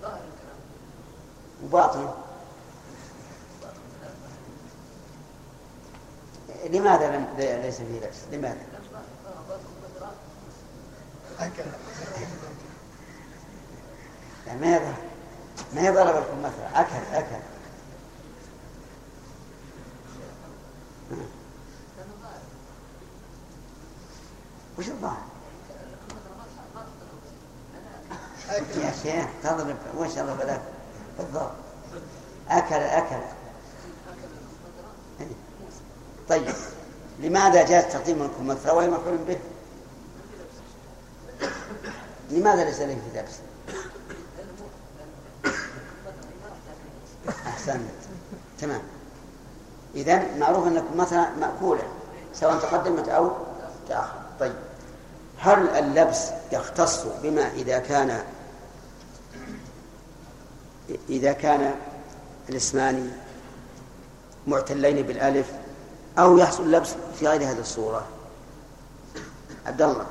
وباطن. لماذا ليس فيه لبس؟ لماذا؟ ما يضرب لكم مثلا أكل. وش الظاهر؟ يا شيخ تضرب وش الله بلاك بالضبط. أكل. طيب، لماذا جاء تقديم الكمثرى وهي مفعول به؟ لماذا ليس له في لبس؟ أحسنت، تمام. إذن معروف أنكم مثلا مأكولة سواء تقدمت أو تأخر. طيب، هل اللبس يختص بما إذا كان الاسمان معتلين بالألف أو يحصل لبس في غير هذه الصورة؟ عبد الله.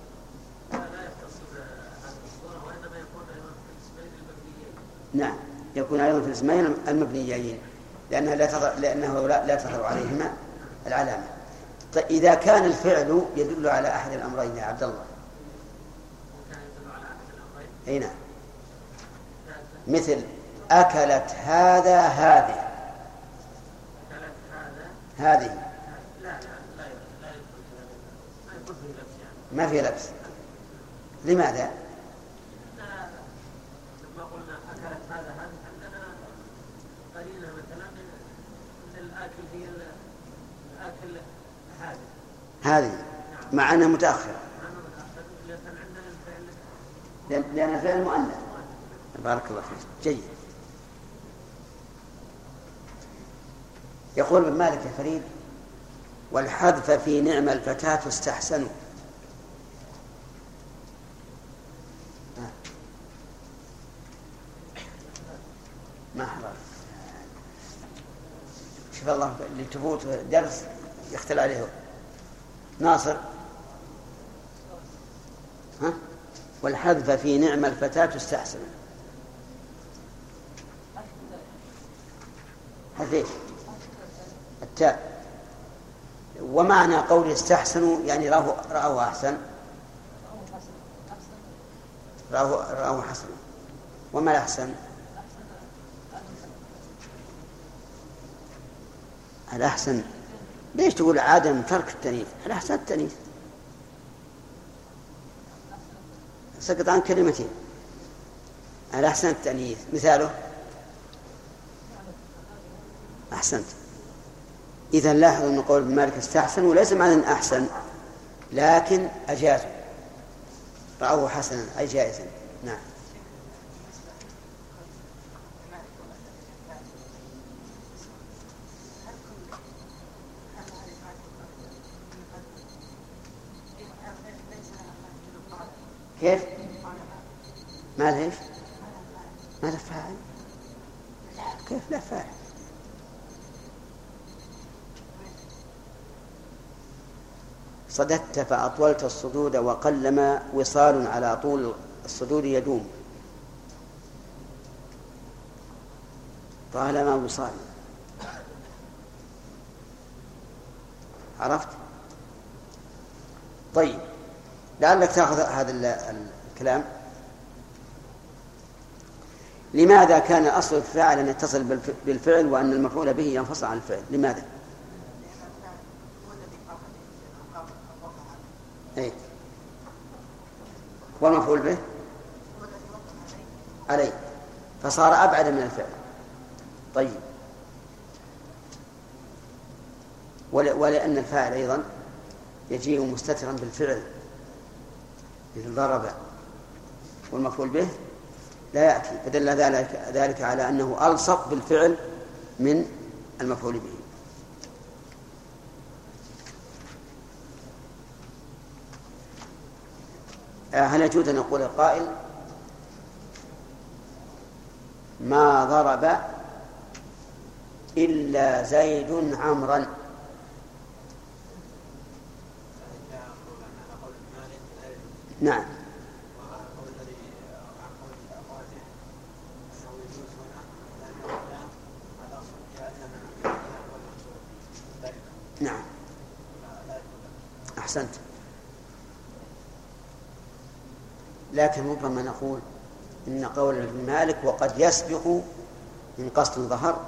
نعم، يكون أيضا في الاسمين المبنيين لأنه لا تظهر عليهما العلامة. طيب، إذا كان الفعل يدل على أحد الأمرين يا عبد الله؟ أي نعم، مثل أكلت هذه ما في لبس. لماذا؟ لما قلنا أكلت هذا عندنا قليلا مثلا من الآكل هي الآكل هذه مع أنها متأخرة لأن الفعل مؤنث. بارك الله فيك، جيد. يقول ابن مالك يا فريد والحذف في نعم الفتاة استحسنوا. ما حرف شوف الله اللي تفوت درس يختل عليه ناصر. ها؟ والحذف في نعم الفتاة تستحسن. حذف التاء. ومعنى قول استحسنوا يعني رأوا أحسن، رأوا حسن. وما الأحسن؟ الأحسن ليش تقول عدم ترك التأنيث؟ الأحسن التأنيث. سقط عن كلمتين. الأحسن التأنيث. مثاله أحسنت. إذا لاحظوا أن قول ابن مالك استحسن وليس معنى أحسن، لكن أجازوا، رأوه حسنا أي جائزا. نعم. كيف؟ ما ليش؟ ما له فاعل؟ كيف لا فاعل؟ صددت فأطولت الصدود وقلما وصال على طول الصدود يدوم. طالما وصال. عرفت؟ طيب لعلك تأخذ هذا الكلام. لماذا كان أصل الفاعل أن يتصل بالفعل وأن المفعول به ينفصل عن الفعل؟ لماذا؟ أي والمفعول به عليه فصار أبعد من الفعل. طيب ولأن الفاعل أيضا يجيء مستترا بالفعل مثل ضرب، والمفعول به لا يأتي، فدل ذلك على أنه ألصق بالفعل من المفعول به. هل يجوز أن يقول القائل ما ضرب إلا زيد عمرا؟ نعم. نعم أحسنت. لكن ربما نقول إن قول ابن مالك وقد يسبق من قصد ظهر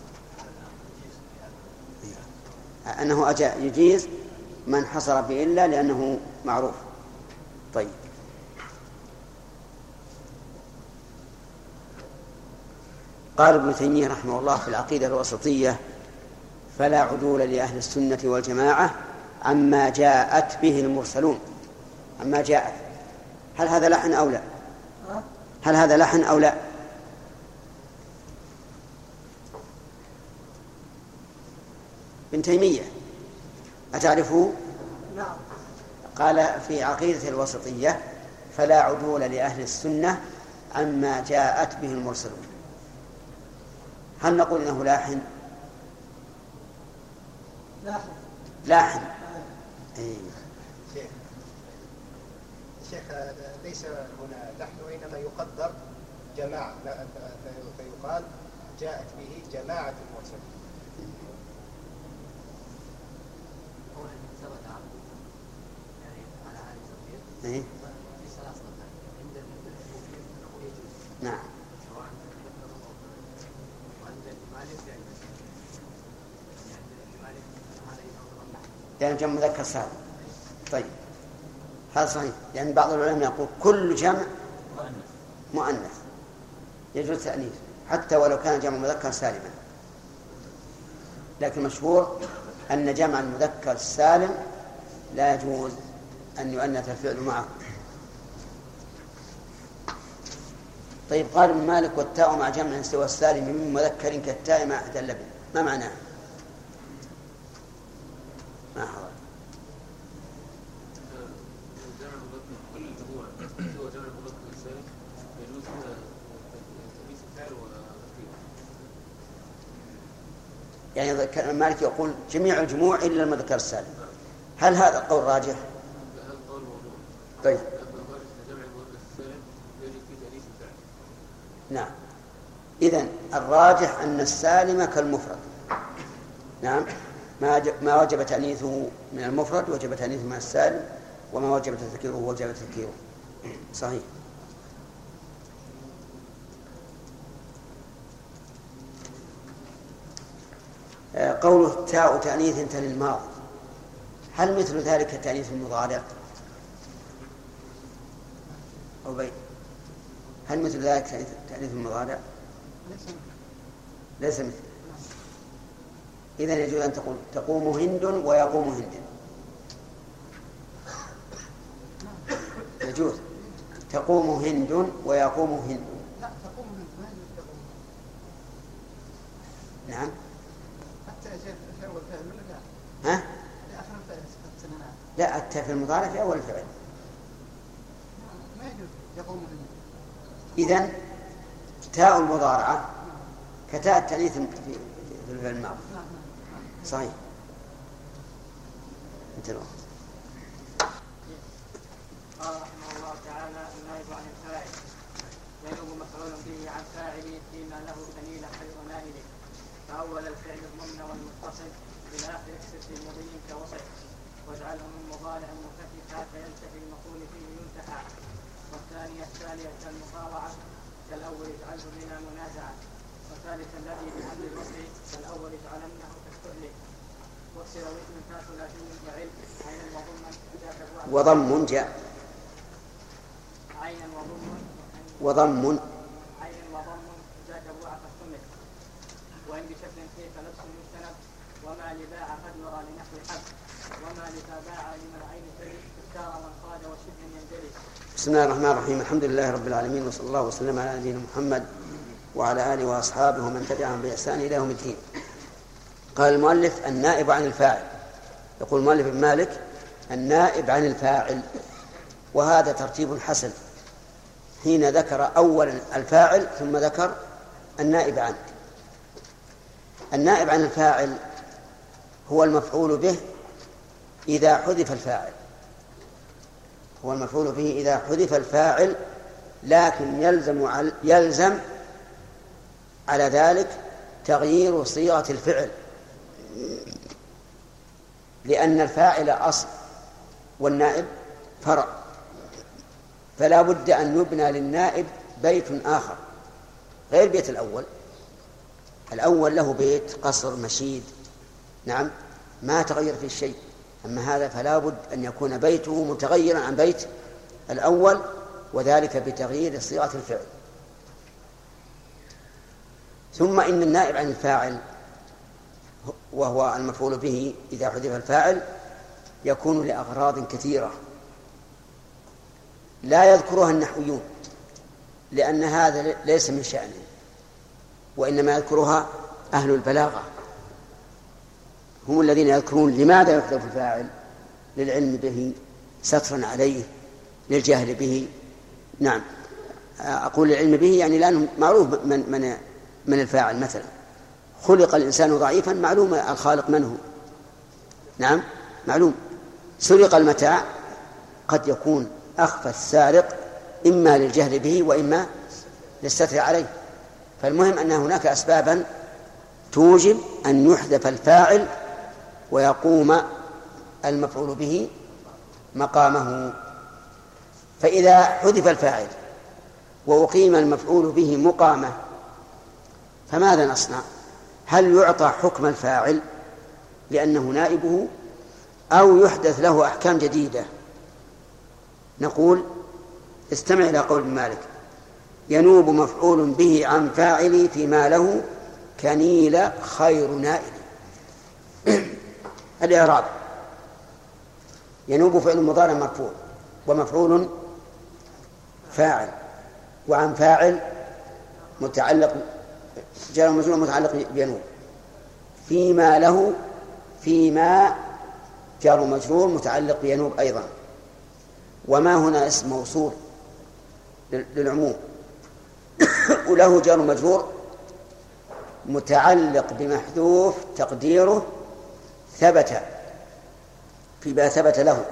أنه يجيز من حصر بإلا لأنه معروف. طيب قال ابن تيمية رحمه الله في العقيدة الوسطية فلا عدول لأهل السنة والجماعة عما جاءت به المرسلون. عما جاءت، هل هذا لحن أو لا؟ هل هذا لحن أو لا؟ ابن تيمية أتعرفه؟ نعم. قال في عقيدة الوسطية فلا عدول لأهل السنة عما جاءت به المرسلون. هل نقول إنه لاحن؟ لاحن. شيخ ليس هنا لحن وإنما يقدر جماعة، فيقال جاءت به جماعة المرسلين. إيه؟ نعم. يعني جمع مذكر سالم. طيب هذا صحيح، لأن بعض العلماء يقول كل جمع مؤنث يجوز تأنيث حتى ولو كان جمع مذكر سالما، لكن مشهور أن جمع المذكر السالم لا يجوز أن يؤنث الفعل معه. طيب قال ابن مالك والتاء مع جمع سوى السالم من مذكر كالتاء مع إحدى اللبن، ما معناه؟ ما حضر يعني مالك يقول جميع الجموع إلا المذكر السالم. هل هذا القول راجح؟ طيب نعم، إذن الراجح أن السالم كالمفرد. نعم، ما وجب تأنيثه من المفرد وجب تأنيثه من السالم، وما وجب تذكيره وجب تذكيره. صحيح. قوله تاء تأنيث تلي الماضي، هل مثل ذلك تأنيث المضارع أو بين؟ هل مثل ذلك تأنيث المضارع؟ ليس مثل. إذن يجوز أن تقول تقوم هند ويقوم هند، يجوز تقوم هند ويقوم هند. لا تقوم هند ما يجوز تقوم. نعم. حتى جاء في أول فعل ولا لا؟ ها؟ في آخر الفعل سننا. لا، التاء في المضارع في أول الفعل. ما يجوز يقوم هند. إذن تاء المضارعة كتاء التأنيث في الفعل الماضي. صحيح. انتبهوا. قال رحمه الله تعالى: النائب عن الفاعل ينوب مفعول به عن فاعله فيما له دليل خير نائله، فأول الفعل الضمن والمتصل إلى آخر السر المبين كوصف، واجعله من مضارع منفتحا فينتهي المقول فيه ينتهى. والثانية الثانية المطاوعة كالأول اجعله بلا منازعة. والثالث الذي بحمل الوصل كالأول اجعلنه كالسهل. واكسر واسم ثلاثي وعلم عينا وضم جاء عينا وضم عين وضم ذاك بوع فاستمت. وإن بشكل كيف لبس مجتنب، وما لباع قد يرى لنحو حب، وما لتاباع لمن عين تلي اختار وانقاد وشبه ينجلي. بسم الله الرحمن الرحيم. الحمد لله رب العالمين، وصلى الله وسلم على نبينا محمد وعلى آله وأصحابه ومن تبعهم بإحسان إلى يوم الدين. قال المؤلف النائب عن الفاعل. يقول المؤلف ابن مالك النائب عن الفاعل، وهذا ترتيب حسن حين ذكر أولا الفاعل ثم ذكر النائب عنه. النائب عن الفاعل هو المفعول به إذا حذف الفاعل، هو المفعول به إذا حذف الفاعل، لكن يلزم على ذلك تغيير صيغة الفعل، لأن الفاعل أصل والنائب فرع، فلا بد أن يبنى للنائب بيت آخر غير بيت الأول. الأول له بيت قصر مشيد، نعم، ما تغير فيه شيء. أما هذا فلا بد أن يكون بيته متغيرا عن بيت الأول، وذلك بتغيير صيغة الفعل. ثم إن النائب عن الفاعل وهو المفعول به إذا حذف الفاعل يكون لأغراض كثيرة لا يذكرها النحويون، لأن هذا ليس من شأنه، وإنما يذكرها أهل البلاغة، هم الذين يذكرون لماذا يحذف الفاعل: للعلم به، سترا عليه، للجهل به. نعم، أقول للعلم به يعني لأنه معروف من الفاعل. مثلا خلق الإنسان ضعيفا، معلوم الخالق من هو، نعم معلوم. سرق المتاع، قد يكون أخفى السارق إما للجهل به وإما للستر عليه. فالمهم أن هناك أسبابا توجب أن يحذف الفاعل ويقوم المفعول به مقامه. فإذا حذف الفاعل وأقيم المفعول به مقامه فماذا نصنع؟ هل يعطى حكم الفاعل لأنه نائبه، أو يحدث له أحكام جديدة؟ نقول استمع إلى قول مالك: ينوب مفعول به عن فاعل فيما له كنيل خير نائل. الإعراب: ينوب فعل مضارع مرفوع ومفعول فاعل، وعن فاعل متعلق جار ومجرور متعلق بينوب. فيما له، فيما جار ومجرور متعلق بينوب أيضا. وما هنا اسم موصول للعموم، وله جار ومجرور متعلق بمحذوف تقديره ثبت فيما ثبت له،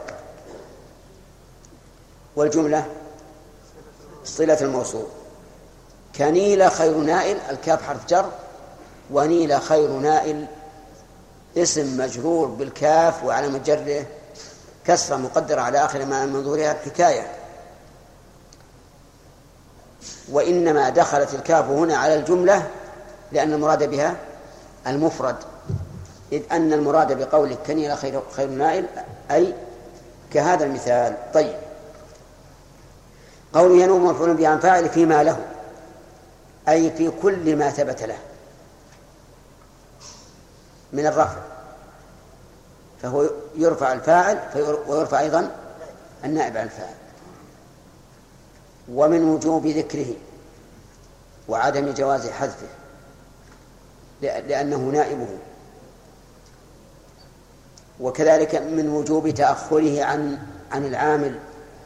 والجملة صلة الموصول. كنيل خير نائل، الكاف حرف جر، ونيل خير نائل اسم مجرور بالكاف وعلامة جره كسرة مقدرة على آخر ما منظورها الحكاية. وإنما دخلت الكاف هنا على الجملة لأن المراد بها المفرد، إذ أن المراد بقولك كنيل خير نائل أي كهذا المثال. طيب، قوله ينوب مفعول به عن فاعل فيما له، أي في كل ما ثبت له من الرفع، فهو يرفع الفاعل ويرفع أيضا النائب عن الفاعل. ومن وجوب ذكره وعدم جواز حذفه لأنه نائبه، وكذلك من وجوب تأخره عن العامل،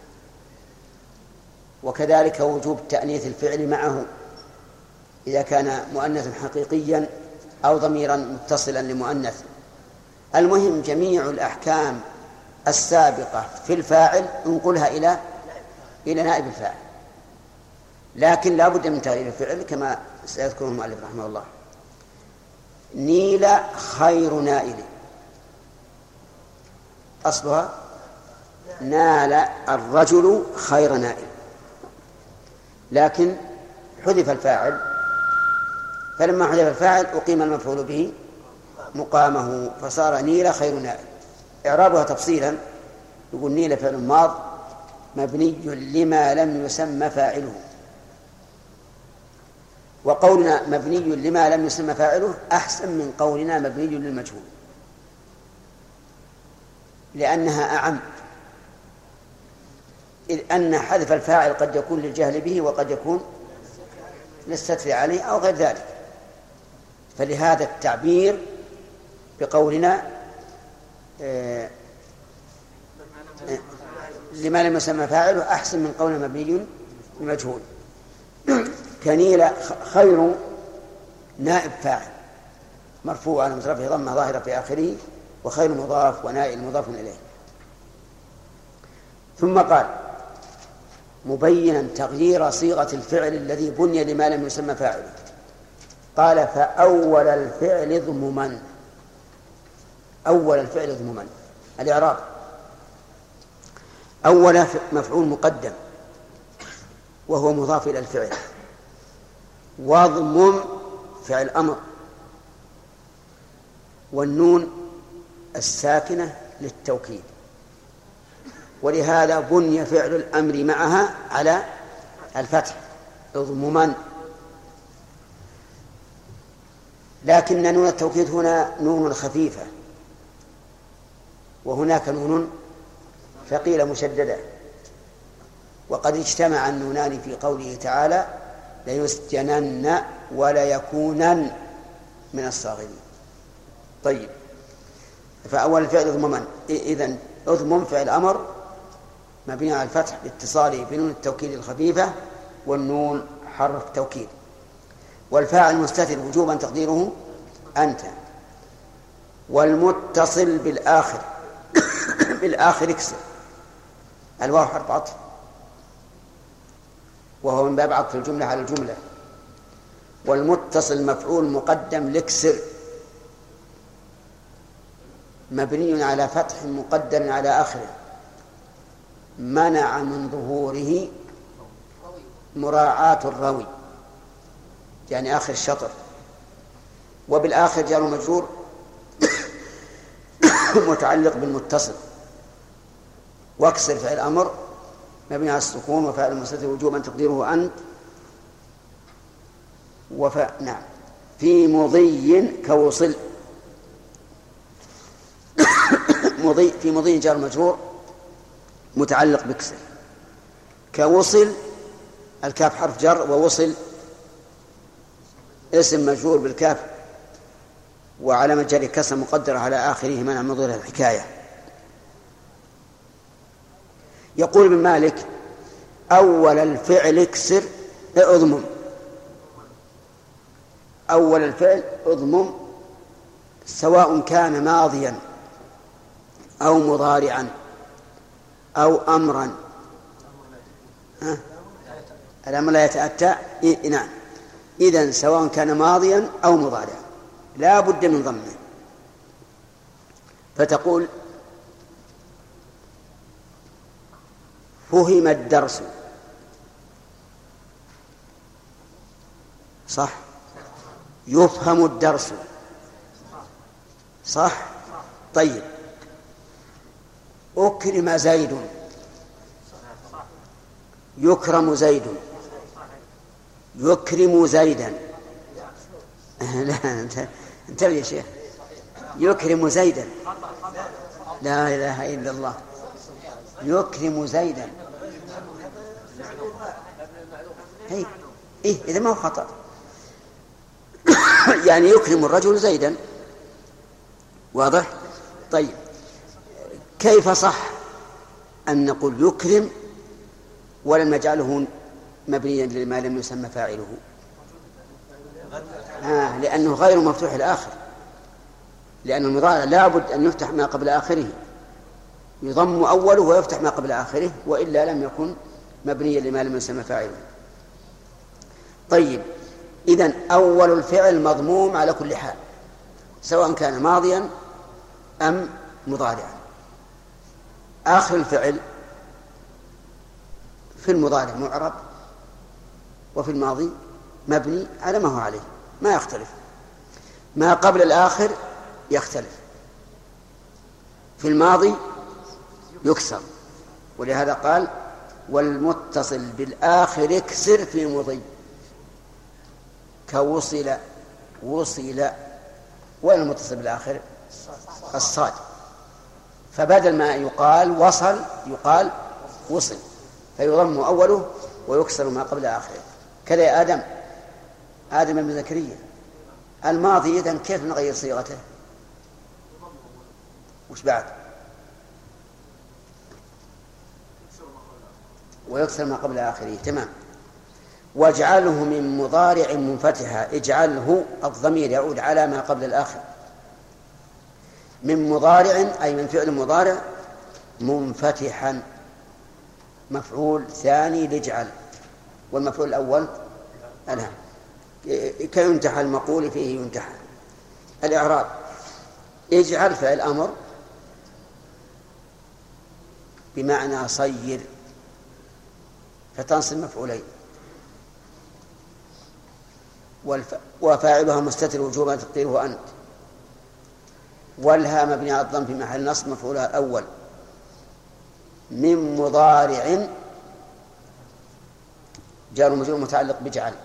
وكذلك وجوب تأنيث الفعل معه إذا كان مؤنثا حقيقيا أو ضميرا متصلا لمؤنث. المهم جميع الأحكام السابقة في الفاعل انقلها إلى نائب الفاعل، لكن لا بد من تغيير الفعل كما سيذكره المؤلف رحمه الله. نيل خير نائل، أصلها نال الرجل خير نائل، لكن حذف الفاعل، فلما حذف الفاعل أقيم المفعول به مقامه فصار نيل خير نائل. إعرابها تفصيلا يقول نيل فعل ماض مبني لما لم يسمى فاعله، وقولنا مبني لما لم يسمى فاعله أحسن من قولنا مبني للمجهول، لأنها أعم، إذ أن حذف الفاعل قد يكون للجهل به وقد يكون للستر عليه أو غير ذلك، فلهذا التعبير بقولنا لما لم يسمى فاعله أحسن من قولنا مبني للمجهول. كنيل خير نائب فاعل مرفوع على مصرفه ضمه ظاهرة في آخره، وخير مضاف ونائل مضاف إليه. ثم قال مبينا تغيير صيغة الفعل الذي بني لما لم يسمى فاعله، قال فأول الفعل ضمما. أول الفعل ضمما، الإعراب أول مفعول مقدم وهو مضاف إلى الفعل، وضمم فعل أمر، والنون الساكنة للتوكيد، ولهذا بني فعل الأمر معها على الفتح ضمما. لكن نون التوكيد هنا نون خفيفة، وهناك نون ثقيلة مشددة، وقد اجتمع النونان في قوله تعالى ليسجنن وليكونن من الصاغرين. طيب، فأول الفعل ضمما، إذن اضمم فعل أمر مبني على الفتح لاتصاله بنون التوكيد الخفيفة، والنون حرف توكيد، والفاعل مستتر وجوبا تقديره أنت، والمتصل بالآخر بالآخر اكسر، الواو حرف عطف وهو من باب عطف الجملة على الجملة، والمتصل مفعول مقدم لاكسر مبني على فتح مقدر على آخره، منع من ظهوره مراعاة الروي يعني آخر الشطر، وبالآخر جار مجرور متعلق بالمتصل، واكسر فعل أمر مبني على السكون وفعل مستتر وجوبا تقديره أنت، نعم في مضي كوصل في مضي جار مجرور متعلق بكسر، كوصل الكاف حرف جر، ووصل اسم مجرور بالكاف وعلامة جر كسر مقدرة على آخره منع من ظهور الحكاية. يقول ابن مالك أول الفعل اكسر اضمم، أول الفعل اضمم سواء كان ماضيا أو مضارعا أو أمرا. الأمر لا يتأتى. نعم، إذن سواء كان ماضيا أو مضارعا لا بد من ضمه. فتقول فهم الدرس. صح. يفهم الدرس. صح. طيب. أكرم زيد. يكرم زيد. يكرم زيدا. لا انت يا شيخ. يكرم زيدا. لا إله إلا الله. يكرم زيدا. إذا ما هو خطأ. يعني يكرم الرجل زيدا. واضح؟ طيب، كيف صح أن نقول يكرم ولم نجعله مبنيا لما لم يسمى فاعله؟ لأنه غير مفتوح الآخر، لأن المضارع لا بد أن يفتح ما قبل آخره، يضم أوله ويفتح ما قبل آخره، وإلا لم يكن مبنيا لما لم يسمى فاعله. طيب، إذن أول الفعل مضموم على كل حال سواء كان ماضيا أم مضارعا. آخر الفعل في المضارع معرب وفي الماضي مبني على ما هو عليه، ما يختلف. ما قبل الآخر يختلف. في الماضي يكسر، ولهذا قال والمتصل بالآخر اكسر في مضي، كوصل وصل، والمتصل بالآخر الصاد، فبدل ما يقال وصل يقال وصل، فيضم أوله ويكسر ما قبل آخره. كذا يا آدم بن زكريا الماضي، إذن كيف نغير صيغته؟ وش بعد؟ ويكسر ما قبل آخره. تمام. واجعله من مضارع منفتحا. اجعله الضمير يعود على ما قبل الآخر. من مضارع أي من فعل مضارع منفتحا، مفعول ثاني لاجعل، والمفعول الأول الآن كينتحى المقول فيه ينتحى. الإعراب: اجعل فعل أمر بمعنى صير، فتنصب مفعولين، وفاعلها مستتر وجوبا تقديره أنت، والها مبني على الضم في محل نصب مفعولها الأول. من مضارع جار ومجرور متعلق بجعل.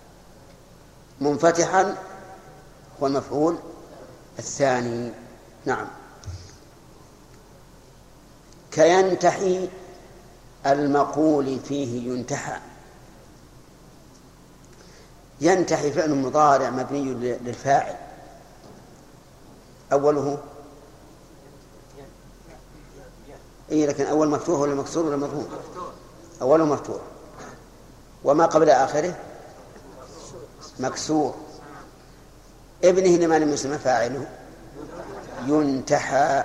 منفتحا هو المفعول الثاني. نعم. كينتحي المقول فيه ينتحى. ينتحي فعل مضارع مبني للفاعل، أوله لكن أول مفتوح ولا مكسور ولا مضموم؟ أوله مفتوح، وما قبل آخره مكسور. ابنه لما لم يسمى فاعله ينتحى.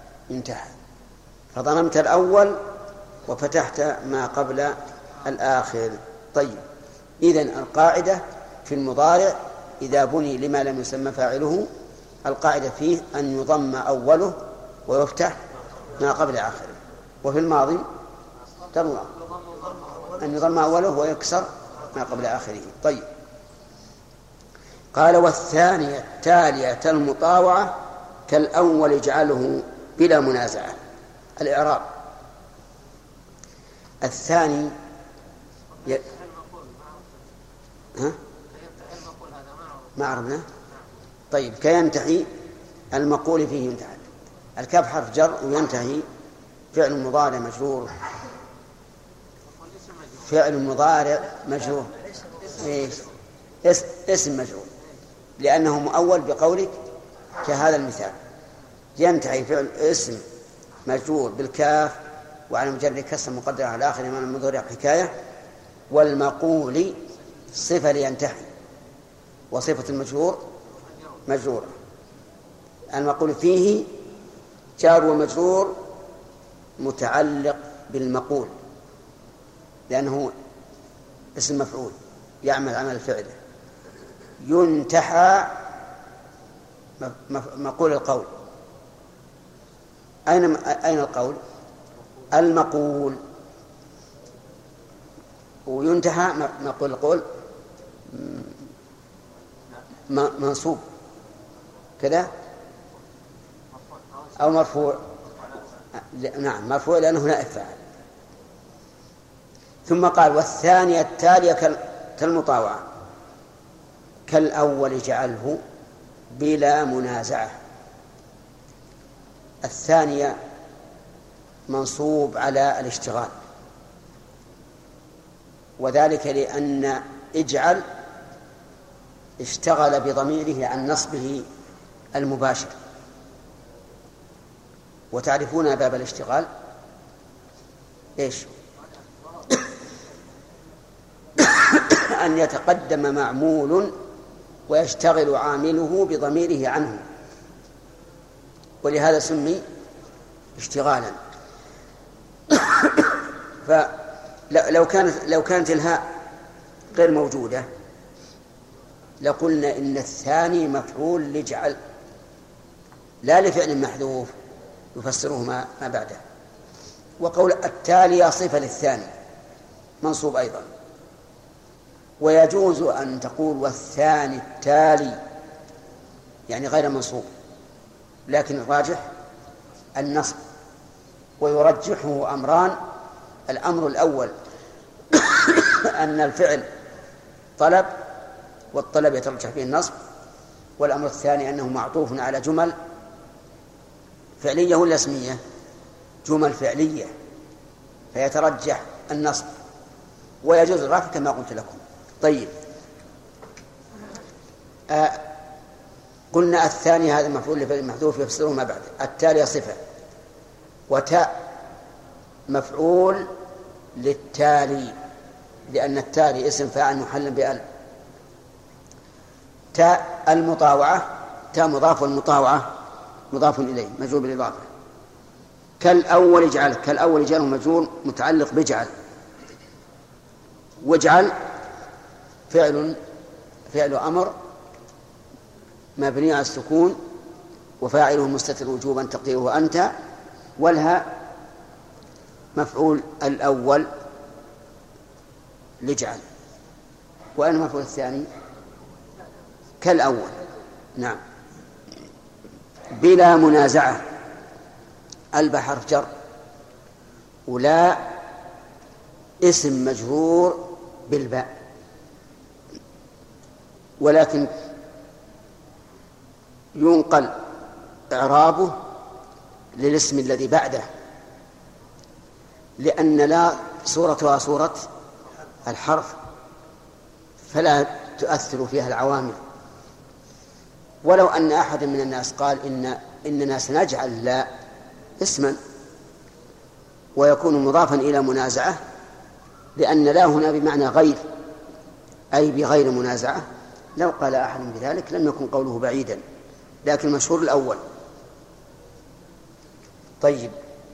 فضممت الأول وفتحت ما قبل الآخر. طيب، إذن القاعدة في المضارع إذا بني لما لم يسمى فاعله، القاعدة فيه أن يضم أوله ويفتح ما قبل آخره. وفي الماضي تروى أن يضم أوله ويكسر ما قبل آخره. طيب، قال والثانية التالية المطاوعة كالأول اجعله بلا منازعة. الإعراب: الثاني ما عرفنا. طيب، كينتحي المقول فيه ينتحى. الكاف حرف جر، وينتهي فعل مضارع مجرور. فعل مضارع مجرور اسم مجرور، لأنه مؤول بقولك كهذا المثال. ينتهي فعل اسم مجرور بالكاف وعلى مجرد كسر مقدر على آخر من المضارع حكاية، والمقول صفة لينتحي، وصفة المجرور مجرورة. المقول فيه جار ومجرور متعلق بالمقول لأنه اسم مفعول يعمل عمل فعله. ينتحى مقول القول. أين القول؟ المقول. وينتحى مقول القول منصوب كذا أو مرفوع. نعم مرفوع لأنه نائب فاعل. ثم قال والثانية التالية كالمطاوعة كالأول اجعله بلا منازعة. الثانية منصوب على الاشتغال، وذلك لأن اجعل اشتغل بضميره عن نصبه المباشر. وتعرفون باب الاشتغال إيش؟ أن يتقدم معمول ويشتغل عامله بضميره عنه، ولهذا سمي اشتغالا. لو كانت الهاء غير موجودة لقلنا إن الثاني مفعول لجعل لا لفعل محذوف يفسره ما بعده. وقول التالي صفة للثاني منصوب أيضا. ويجوز أن تقول والثاني التالي يعني غير منصوب، لكن الراجح النصب. ويرجحه أمران: الأمر الأول أن الفعل طلب والطلب يترجح فيه النصب، والأمر الثاني أنه معطوف على جمل فعلية ولا اسمية؟ جمل فعلية فيترجح النصب، ويجوز الرفع كما قلت لكم. طيب قلنا الثاني هذا مفعول لفعل محذوف يفسره ما بعد. التالي صفة، وتاء مفعول للتالي لأن التالي اسم فاعل محل بأل. تاء المطاوعة تاء مضاف، والمطاوعة مضاف إليه مجرور بالإضافة. كالأول اجعل، كالأول اجعله مجرور متعلق بجعل. واجعل فعل أمر مبني على السكون وفاعله مستتر وجوبا تقديره أنت، والها مفعول الأول لجعل. وأين المفعول الثاني؟ كالأول. نعم. بلا منازعة الباء حرف جر، ولا اسم مجرور بالباء، ولكن ينقل إعرابه للاسم الذي بعده، لأن لا صورتها صورة الحرف فلا تؤثر فيها العوامل. ولو أن أحد من الناس قال إننا سنجعل لا اسما ويكون مضافا إلى منازعة، لأن لا هنا بمعنى غير أي بغير منازعة، لو قال أحد بذلك لم يكن قوله بعيدا، لكن مشهور الأول. طيب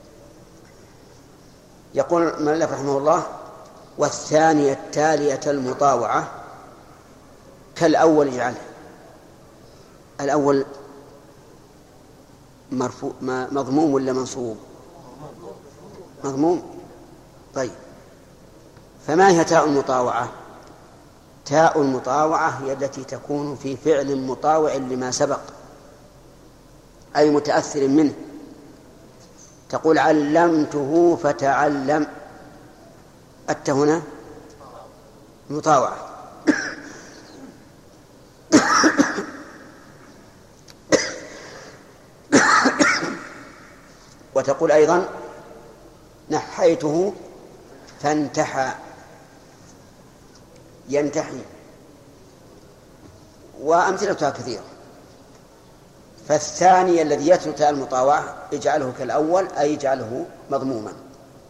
يقول المؤلف رحمه الله والثانية التالية المطاوعة كالأول اجعله. الأول مرفوع مضموم ولا منصوب؟ مضموم. طيب فما هي تاء المطاوعة؟ تاء المطاوعة هي التي تكون في فعل مطاوع لما سبق أي متأثر منه. تقول علمته فتعلم، أتى هنا مطاوعة. وتقول أيضا نحيته فانتحى، ينتحي، وأمثلتها كثيرة. فالثاني الذي يترك المطاوعة اجعله كالأول أي اجعله مضموما.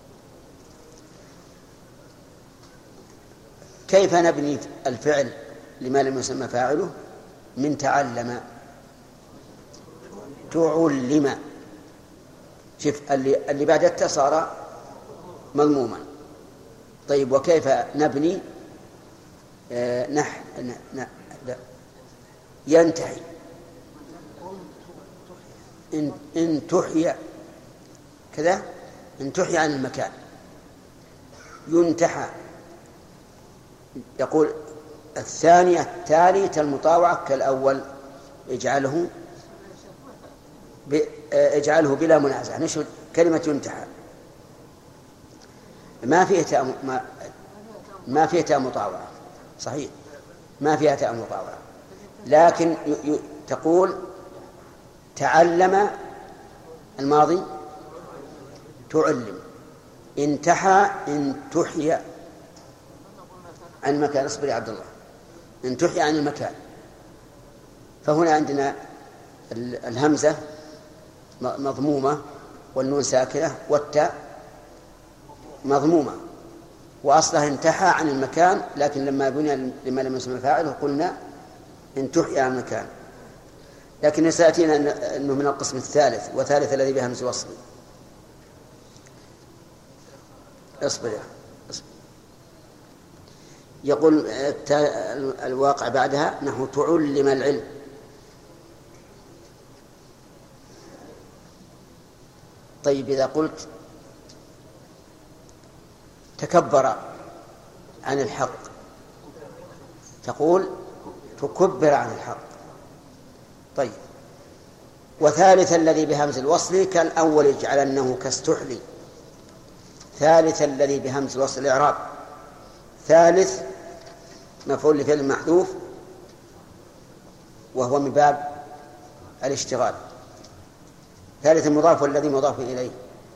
كيف نبني الفعل لما لم يسمى فاعله من تعلم. تعلم، شوف اللي بعد التاء صار مضموما. طيب وكيف نبني؟ ينتحي. إن تحيا كذا، إن تحيا عن المكان. ينتحى، يقول الثانية التالية المطاوعة كالأول اجعله بلا منازع. نشهد كلمة ينتحى ما فيه تاء مطاوعة، صحيح ما فيها تاء مطاوعة، لكن تقول تعلم الماضي تعلم، انتحى إن تحيا عن المكان. اصبر يا عبد الله. إن تحيا عن المكان، فهنا عندنا الهمزة مضمومة والنون ساكنة والتاء مضمومة، وأصلها انتحى عن المكان، لكن لما بني لما لم يسمى فاعله قلنا إن تحيا عن المكان. لكن سيأتينا أنه من القسم الثالث، وثالث الذي بهمز وصل. اصبر يا اصبر. يقول الواقع بعدها نحو تعلم العلم. طيب إذا قلت تكبر عن الحق، تقول تكبر عن الحق. طيب وثالث الذي بهمز الوصل كالأول اجعلنه كاستحلي. ثالث الذي بهمز الوصل الإعراب. ثالث مفعول لفعل محذوف وهو من باب الاشتغال. ثالث المضاف والذي مضاف إليه.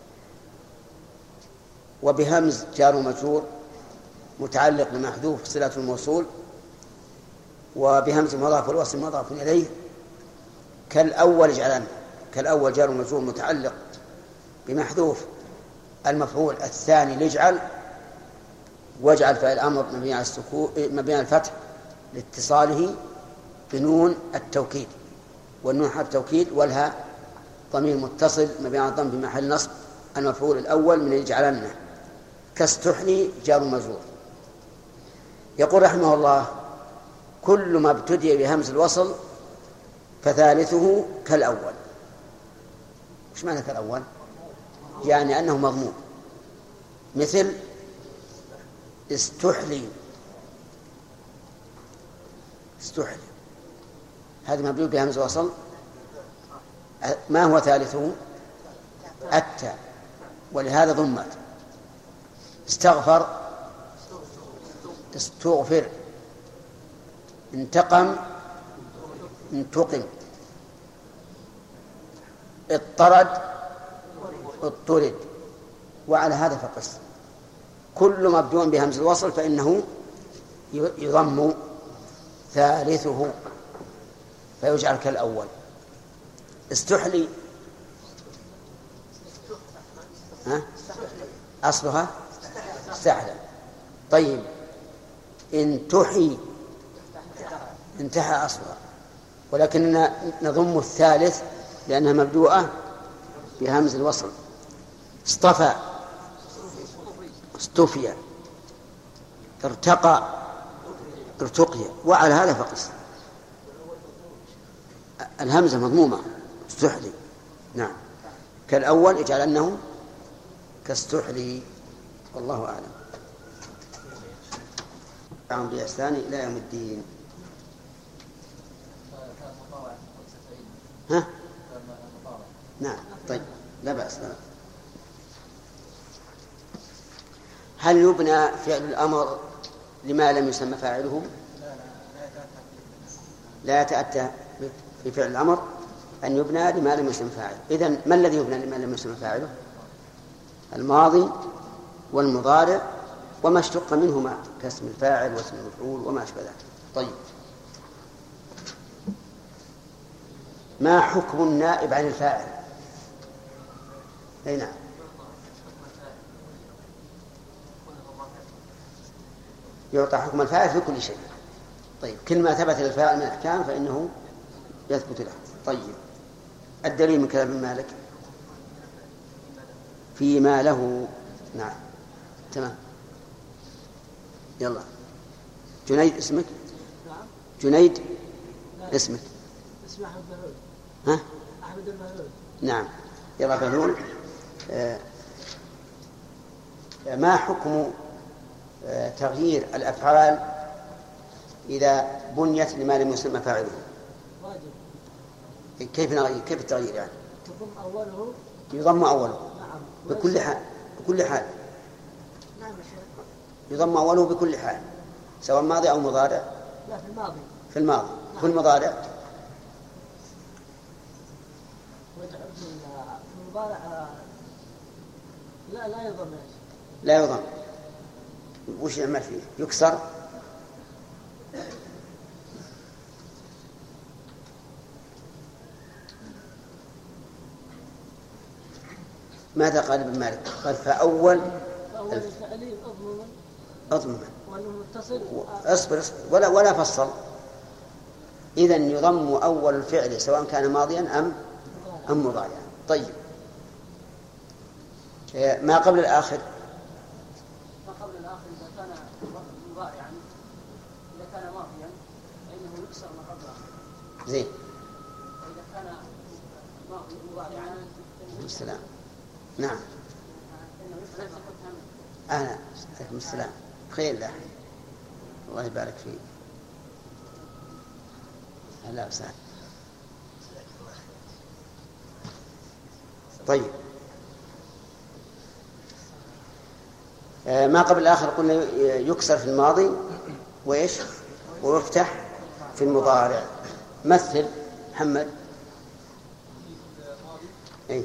وبهمز جار ومجرور متعلق بمحذوف صلة الموصول، وبهمز مضاف والوصل مضاف إليه. كالأول اجعلن، كالأول جار ومجرور متعلق بمحذوف المفعول الثاني لاجعل، واجعل فعل الأمر مبني على الفتح لاتصاله بنون التوكيد، والنون حرف توكيد، والها ضمير متصل مبني على الضم بمحل نصب المفعول الأول من يجعلنه. كاستحلي جار مجرور. يقول رحمه الله كل ما ابتدئ بهمز الوصل فثالثه كالأول. ايش معنى كالأول؟ يعني أنه مضمون، مثل استحلي. استحلي هذا مبني بهمز الوصل. ما هو ثالثه؟ التاء، ولهذا ضمت. استغفر استغفر. انتقم انتقم. اضطرد اضطرد. وعلى هذا فقس. كل مبدوء بهمز الوصل فإنه يضم ثالثه فيجعل كالأول. استحلي أصلها استحلى. طيب انتحي انتحى أصلها، ولكننا نضم الثالث لأنها مبدوءة بهمز الوصل. اصطفى اصطفي. ارتقى ارتقي. وعلى هذا فقس. الهمزة مضمومة استحلي. نعم كالأول اجعل أنه كاستحلي. والله أعلم. عن بإحسان إلى يوم الدين. ها؟ نعم طيب لا بأس. لا. هل يبنى فعل الأمر لما لم يسمى فاعله؟ لا يتأتى في فعل الأمر أن يبنى لما لم يسمى فاعله. إذن ما الذي يبنى لما لم يسمى فاعله؟ الماضي والمضارع وما اشتق منهما كاسم الفاعل واسم المفعول وما أشبه ذلك. طيب ما حكم النائب عن الفاعل؟ أي نعم يعطى حكم الفاعل في كل شيء. طيب كل ما ثبت للفاعل من الأحكام فإنه يثبت له. طيب الدليل من كلام مالك فيما له. نعم تمام. يلا جنيد اسمك؟ نعم جنيد اسمك؟ اسمي أحمد بهلول. ها؟ أحمد بهلول. نعم يلا بهلول. ما حكم تغيير الأفعال إذا بنيت لما لم يسمى فاعله؟ واجب. كيف نغير؟ كيف التغيير يعني؟ تضم أوله. يضم أوله. نعم. بكل حال. بكل حال. نعم يا شيخ. يضم أوله بكل حال سواء ماضي أو مضارع. لا في الماضي. في الماضي. نعم. في المضارع. في المضارع لا يضم. لا يضم. وش يعمل فيه؟ يكسر. ماذا قال ابن مالك؟ قال فأول الفعل أضمن والمتصل اصبر ولا فصل. إذن يضم أول الفعل سواء كان ماضيا أم مضارعا. طيب ما قبل الآخر؟ ما قبل الآخر إذا كان مضارعا إذا كان ماضيا فإنه يكسر ما قبله. زين. إذا كان مضارعا السلام. نعم. أهلا. عليكم السلام. خير الله. الله يبارك فيك. أهلا وسهلا. طيب ما قبل الآخر قلنا يكسر في الماضي وإيش ويفتح في المضارع. مثل محمد. أي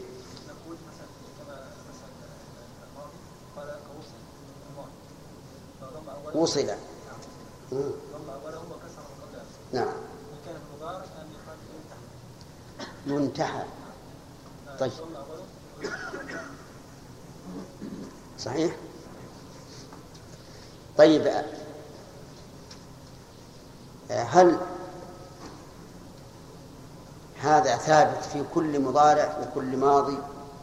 وصل. نعم منتهى. طيب صحيح. طيب هل هذا ثابت في كل مضارع وكل ماضي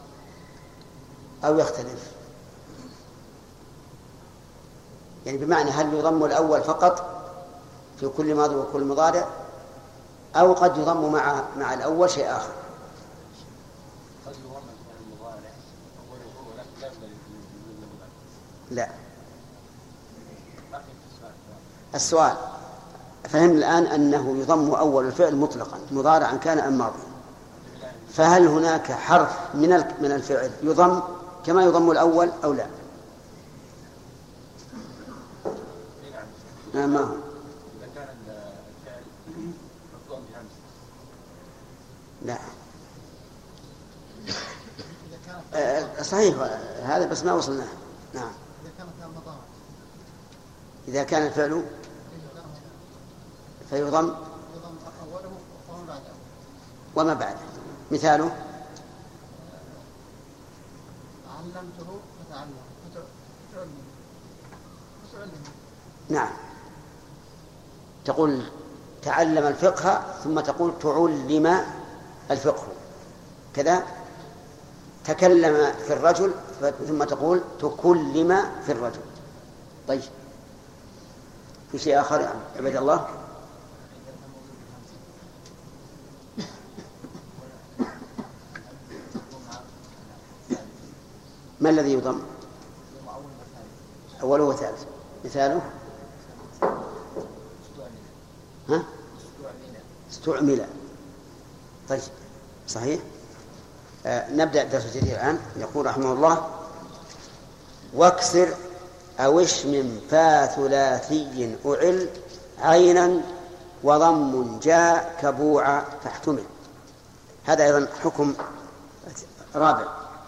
أو يختلف؟ يعني بمعنى هل يضم الأول فقط في كل ماضي وكل مضارع أو قد يضم مع الأول شيء آخر؟ لا. السؤال فهم الآن أنه يضم أول الفعل مطلقا مضارعا كان أم ماضي، فهل هناك حرف من الفعل يضم كما يضم الأول أو لا؟ ما هو؟ لا صحيح هذا بس ما وصلنا. نعم. إذا كان الفعل فيضم وما بعده. مثاله علمته فتعلم. نعم تقول تعلم الفقه ثم تقول تعلم الفقه كذا. تكلم في الرجل ثم تقول تكلم في الرجل. طيب في شيء آخر يا عبد الله؟ ما الذي يضم؟ أوله وثالث. مثاله ها؟ استعمل. طيب صحيح. نبدأ الدرس الجديد الآن. يقول رحمه الله واكسر أو اشمم فا ثلاثي أعل عينا وضم جاء كبوع فاحتمل. هذا أيضا حكم رابع.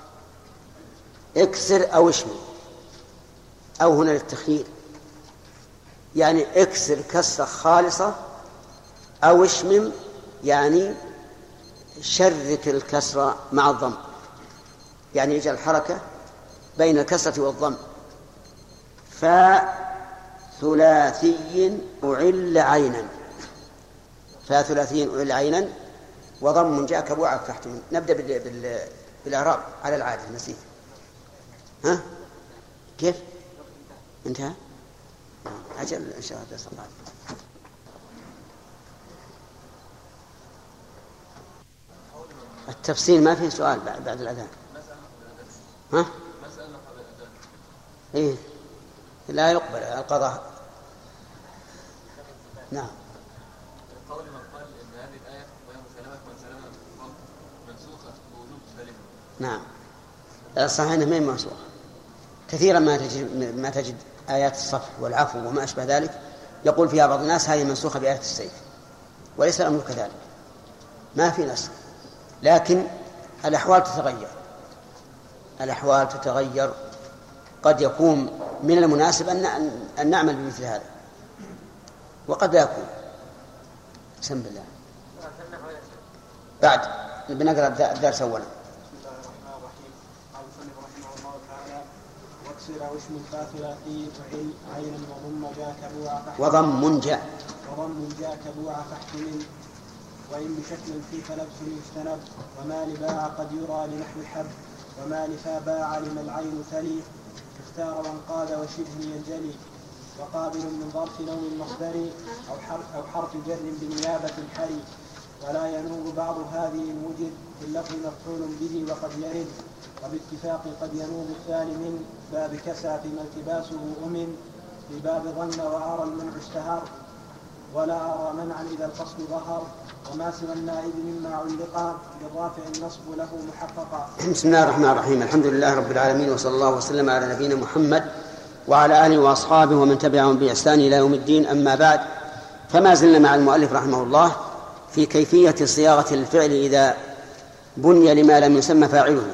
اكسر أو اشمم أو هنا للتخيير، يعني اكسر كسرة خالصة أو اشمم يعني شرك الكسرة مع الضم، يعني يجعل الحركة بين الكسرة والضم. ثلاثي أعل عينا، فثلاثي أعل عينا وضم جاء كبوعة فاحتمل. نبدأ بالإعراب على العادة. نسيت. ها كيف انتهى؟ أجل إن شاء الله. التفصيل ما فيه سؤال بعد الأذان. ها؟ إيه لا يقبل القضاء. نعم. قول من قال إن هذه الآية وهي مسلمة من سلمة منسوخة بوجود سلمة. نعم الصحيح أنها ما هي منسوخة. كثيرا ما تجد آيات الصفح والعفو وما أشبه ذلك يقول فيها بعض الناس هذه منسوخة بآية السيف، وليس الأمر كذلك، ما في نسخ، لكن الأحوال تتغير. قد يكون من المناسب أن نعمل بمثل هذا، وقد لا يكون. بسم الله. بعد بنقرأ الدرس أولا. بسم الله الرحمن الرحيم. قال المصنف رحمه الله تعالى: واكسر أو اسم ثلاثي فعل عينا وضم جاء كبوع فاحتمل وإن بشكل في فلبس يجتنب وما لباع قد يرى لنحو حب وما لفا باع لما العين تلي اختار وانقاد وشبه ينجلي وقابل من ظرف نوم المصدر أو حرف جر بنيابة الحري ولا ينوب بعض هذه إن وجد في اللفظ مفعول به وقد يرد وباتفاق قد ينوب الثاني من باب كسى فيما التباسه أمن في باب ظن وأرى المنع اشتهر ولا أرى منعا إذا القصد ظهر وما سوى النائب مما علقا بالرافع النصب له محققا. بسم الله الرحمن الرحيم. الحمد لله رب العالمين، وصلى الله وسلم على نبينا محمد وعلى آله وأصحابه ومن تبعهم بإحسان إلى يوم الدين. أما بعد، فما زلنا مع المؤلف رحمه الله في كيفية صياغة الفعل إذا بني لما لم يسمى فاعله،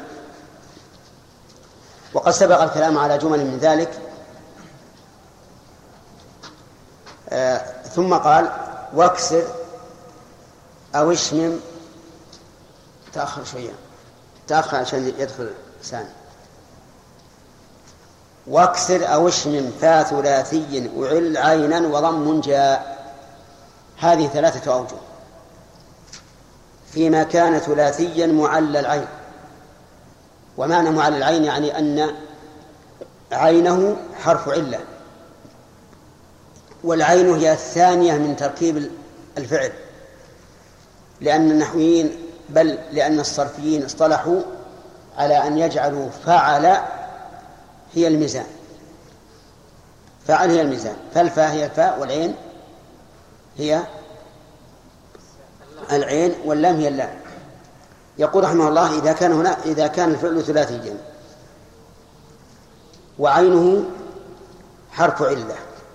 وقد سبق الكلام على جمل من ذلك. ثم قال: واكسر أو اشمم. تأخر شوية، تأخر عشان يدخل ثاني. واكسر أو اشمم فثلاثي أعل عينا وضم جاء. هذه ثلاثة أوجه فيما كان ثلاثيا معل العين. ومعنى معل العين يعني أن عينه حرف علة، والعين هي الثانية من تركيب الفعل، لأن النحويين بل لأن الصرفيين اصطلحوا على أن يجعلوا فعل هي الميزان. فعل هي الميزان، فالفاء هي الفاء والعين هي العين واللام هي اللام. يقول رحمه الله: إذا كان الفعل ثلاثيا وعينه حرف علة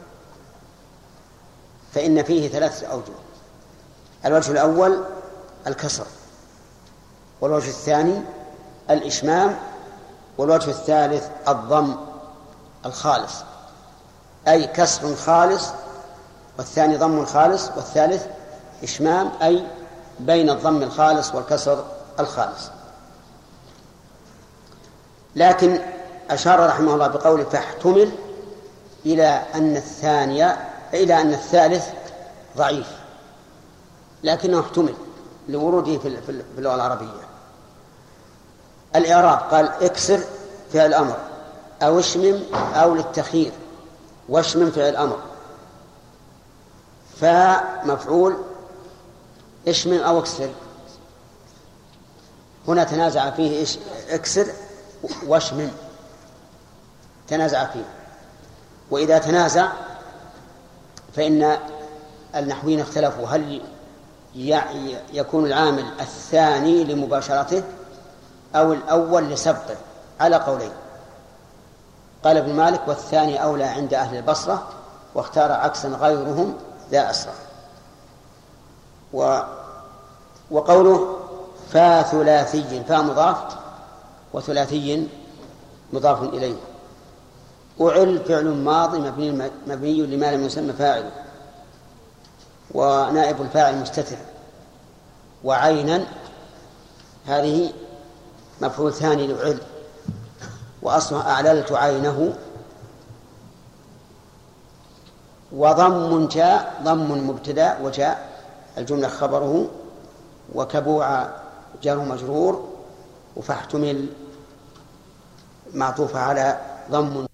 فإن فيه ثلاثة أوجه. الوجه الأول الكسر، والوجه الثاني الإشمام، والوجه الثالث الضم الخالص، أي كسر خالص، والثاني ضم خالص، والثالث إشمام أي بين الضم الخالص والكسر الخالص. لكن أشار رحمه الله بقوله فاحتمل إلى أن الثالث ضعيف، لكنه احتمل لوروده في اللغة العربية. الإعراب قال: اكسر فعل الأمر، أو اشمم أو للتخيير، واشمم فعل الأمر، فمفعول اشمم أو اكسر. هنا تنازع فيه اكسر واشمم، تنازع فيه. وإذا تنازع فإن النحويين اختلفوا هل يكون العامل الثاني لمباشرته أو الأول لسبقه، على قولين. قال ابن مالك: والثاني أولى عند أهل البصرة، واختار عكسا غيرهم لا أسرع. وقوله فثلاثي، فمضاف وثلاثي مضاف إليه. أعل فعل ماضي مبني لما لم يسمى فاعل، ونائب الفاعل مستتر. وعينا هذه مفعول ثاني لأعل، وأصلها أعللت عينه. وضم جاء ضم مبتدأ وجاء الجملة خبره، وكبوع جار مجرور، وفاحتمل معطوف على ضم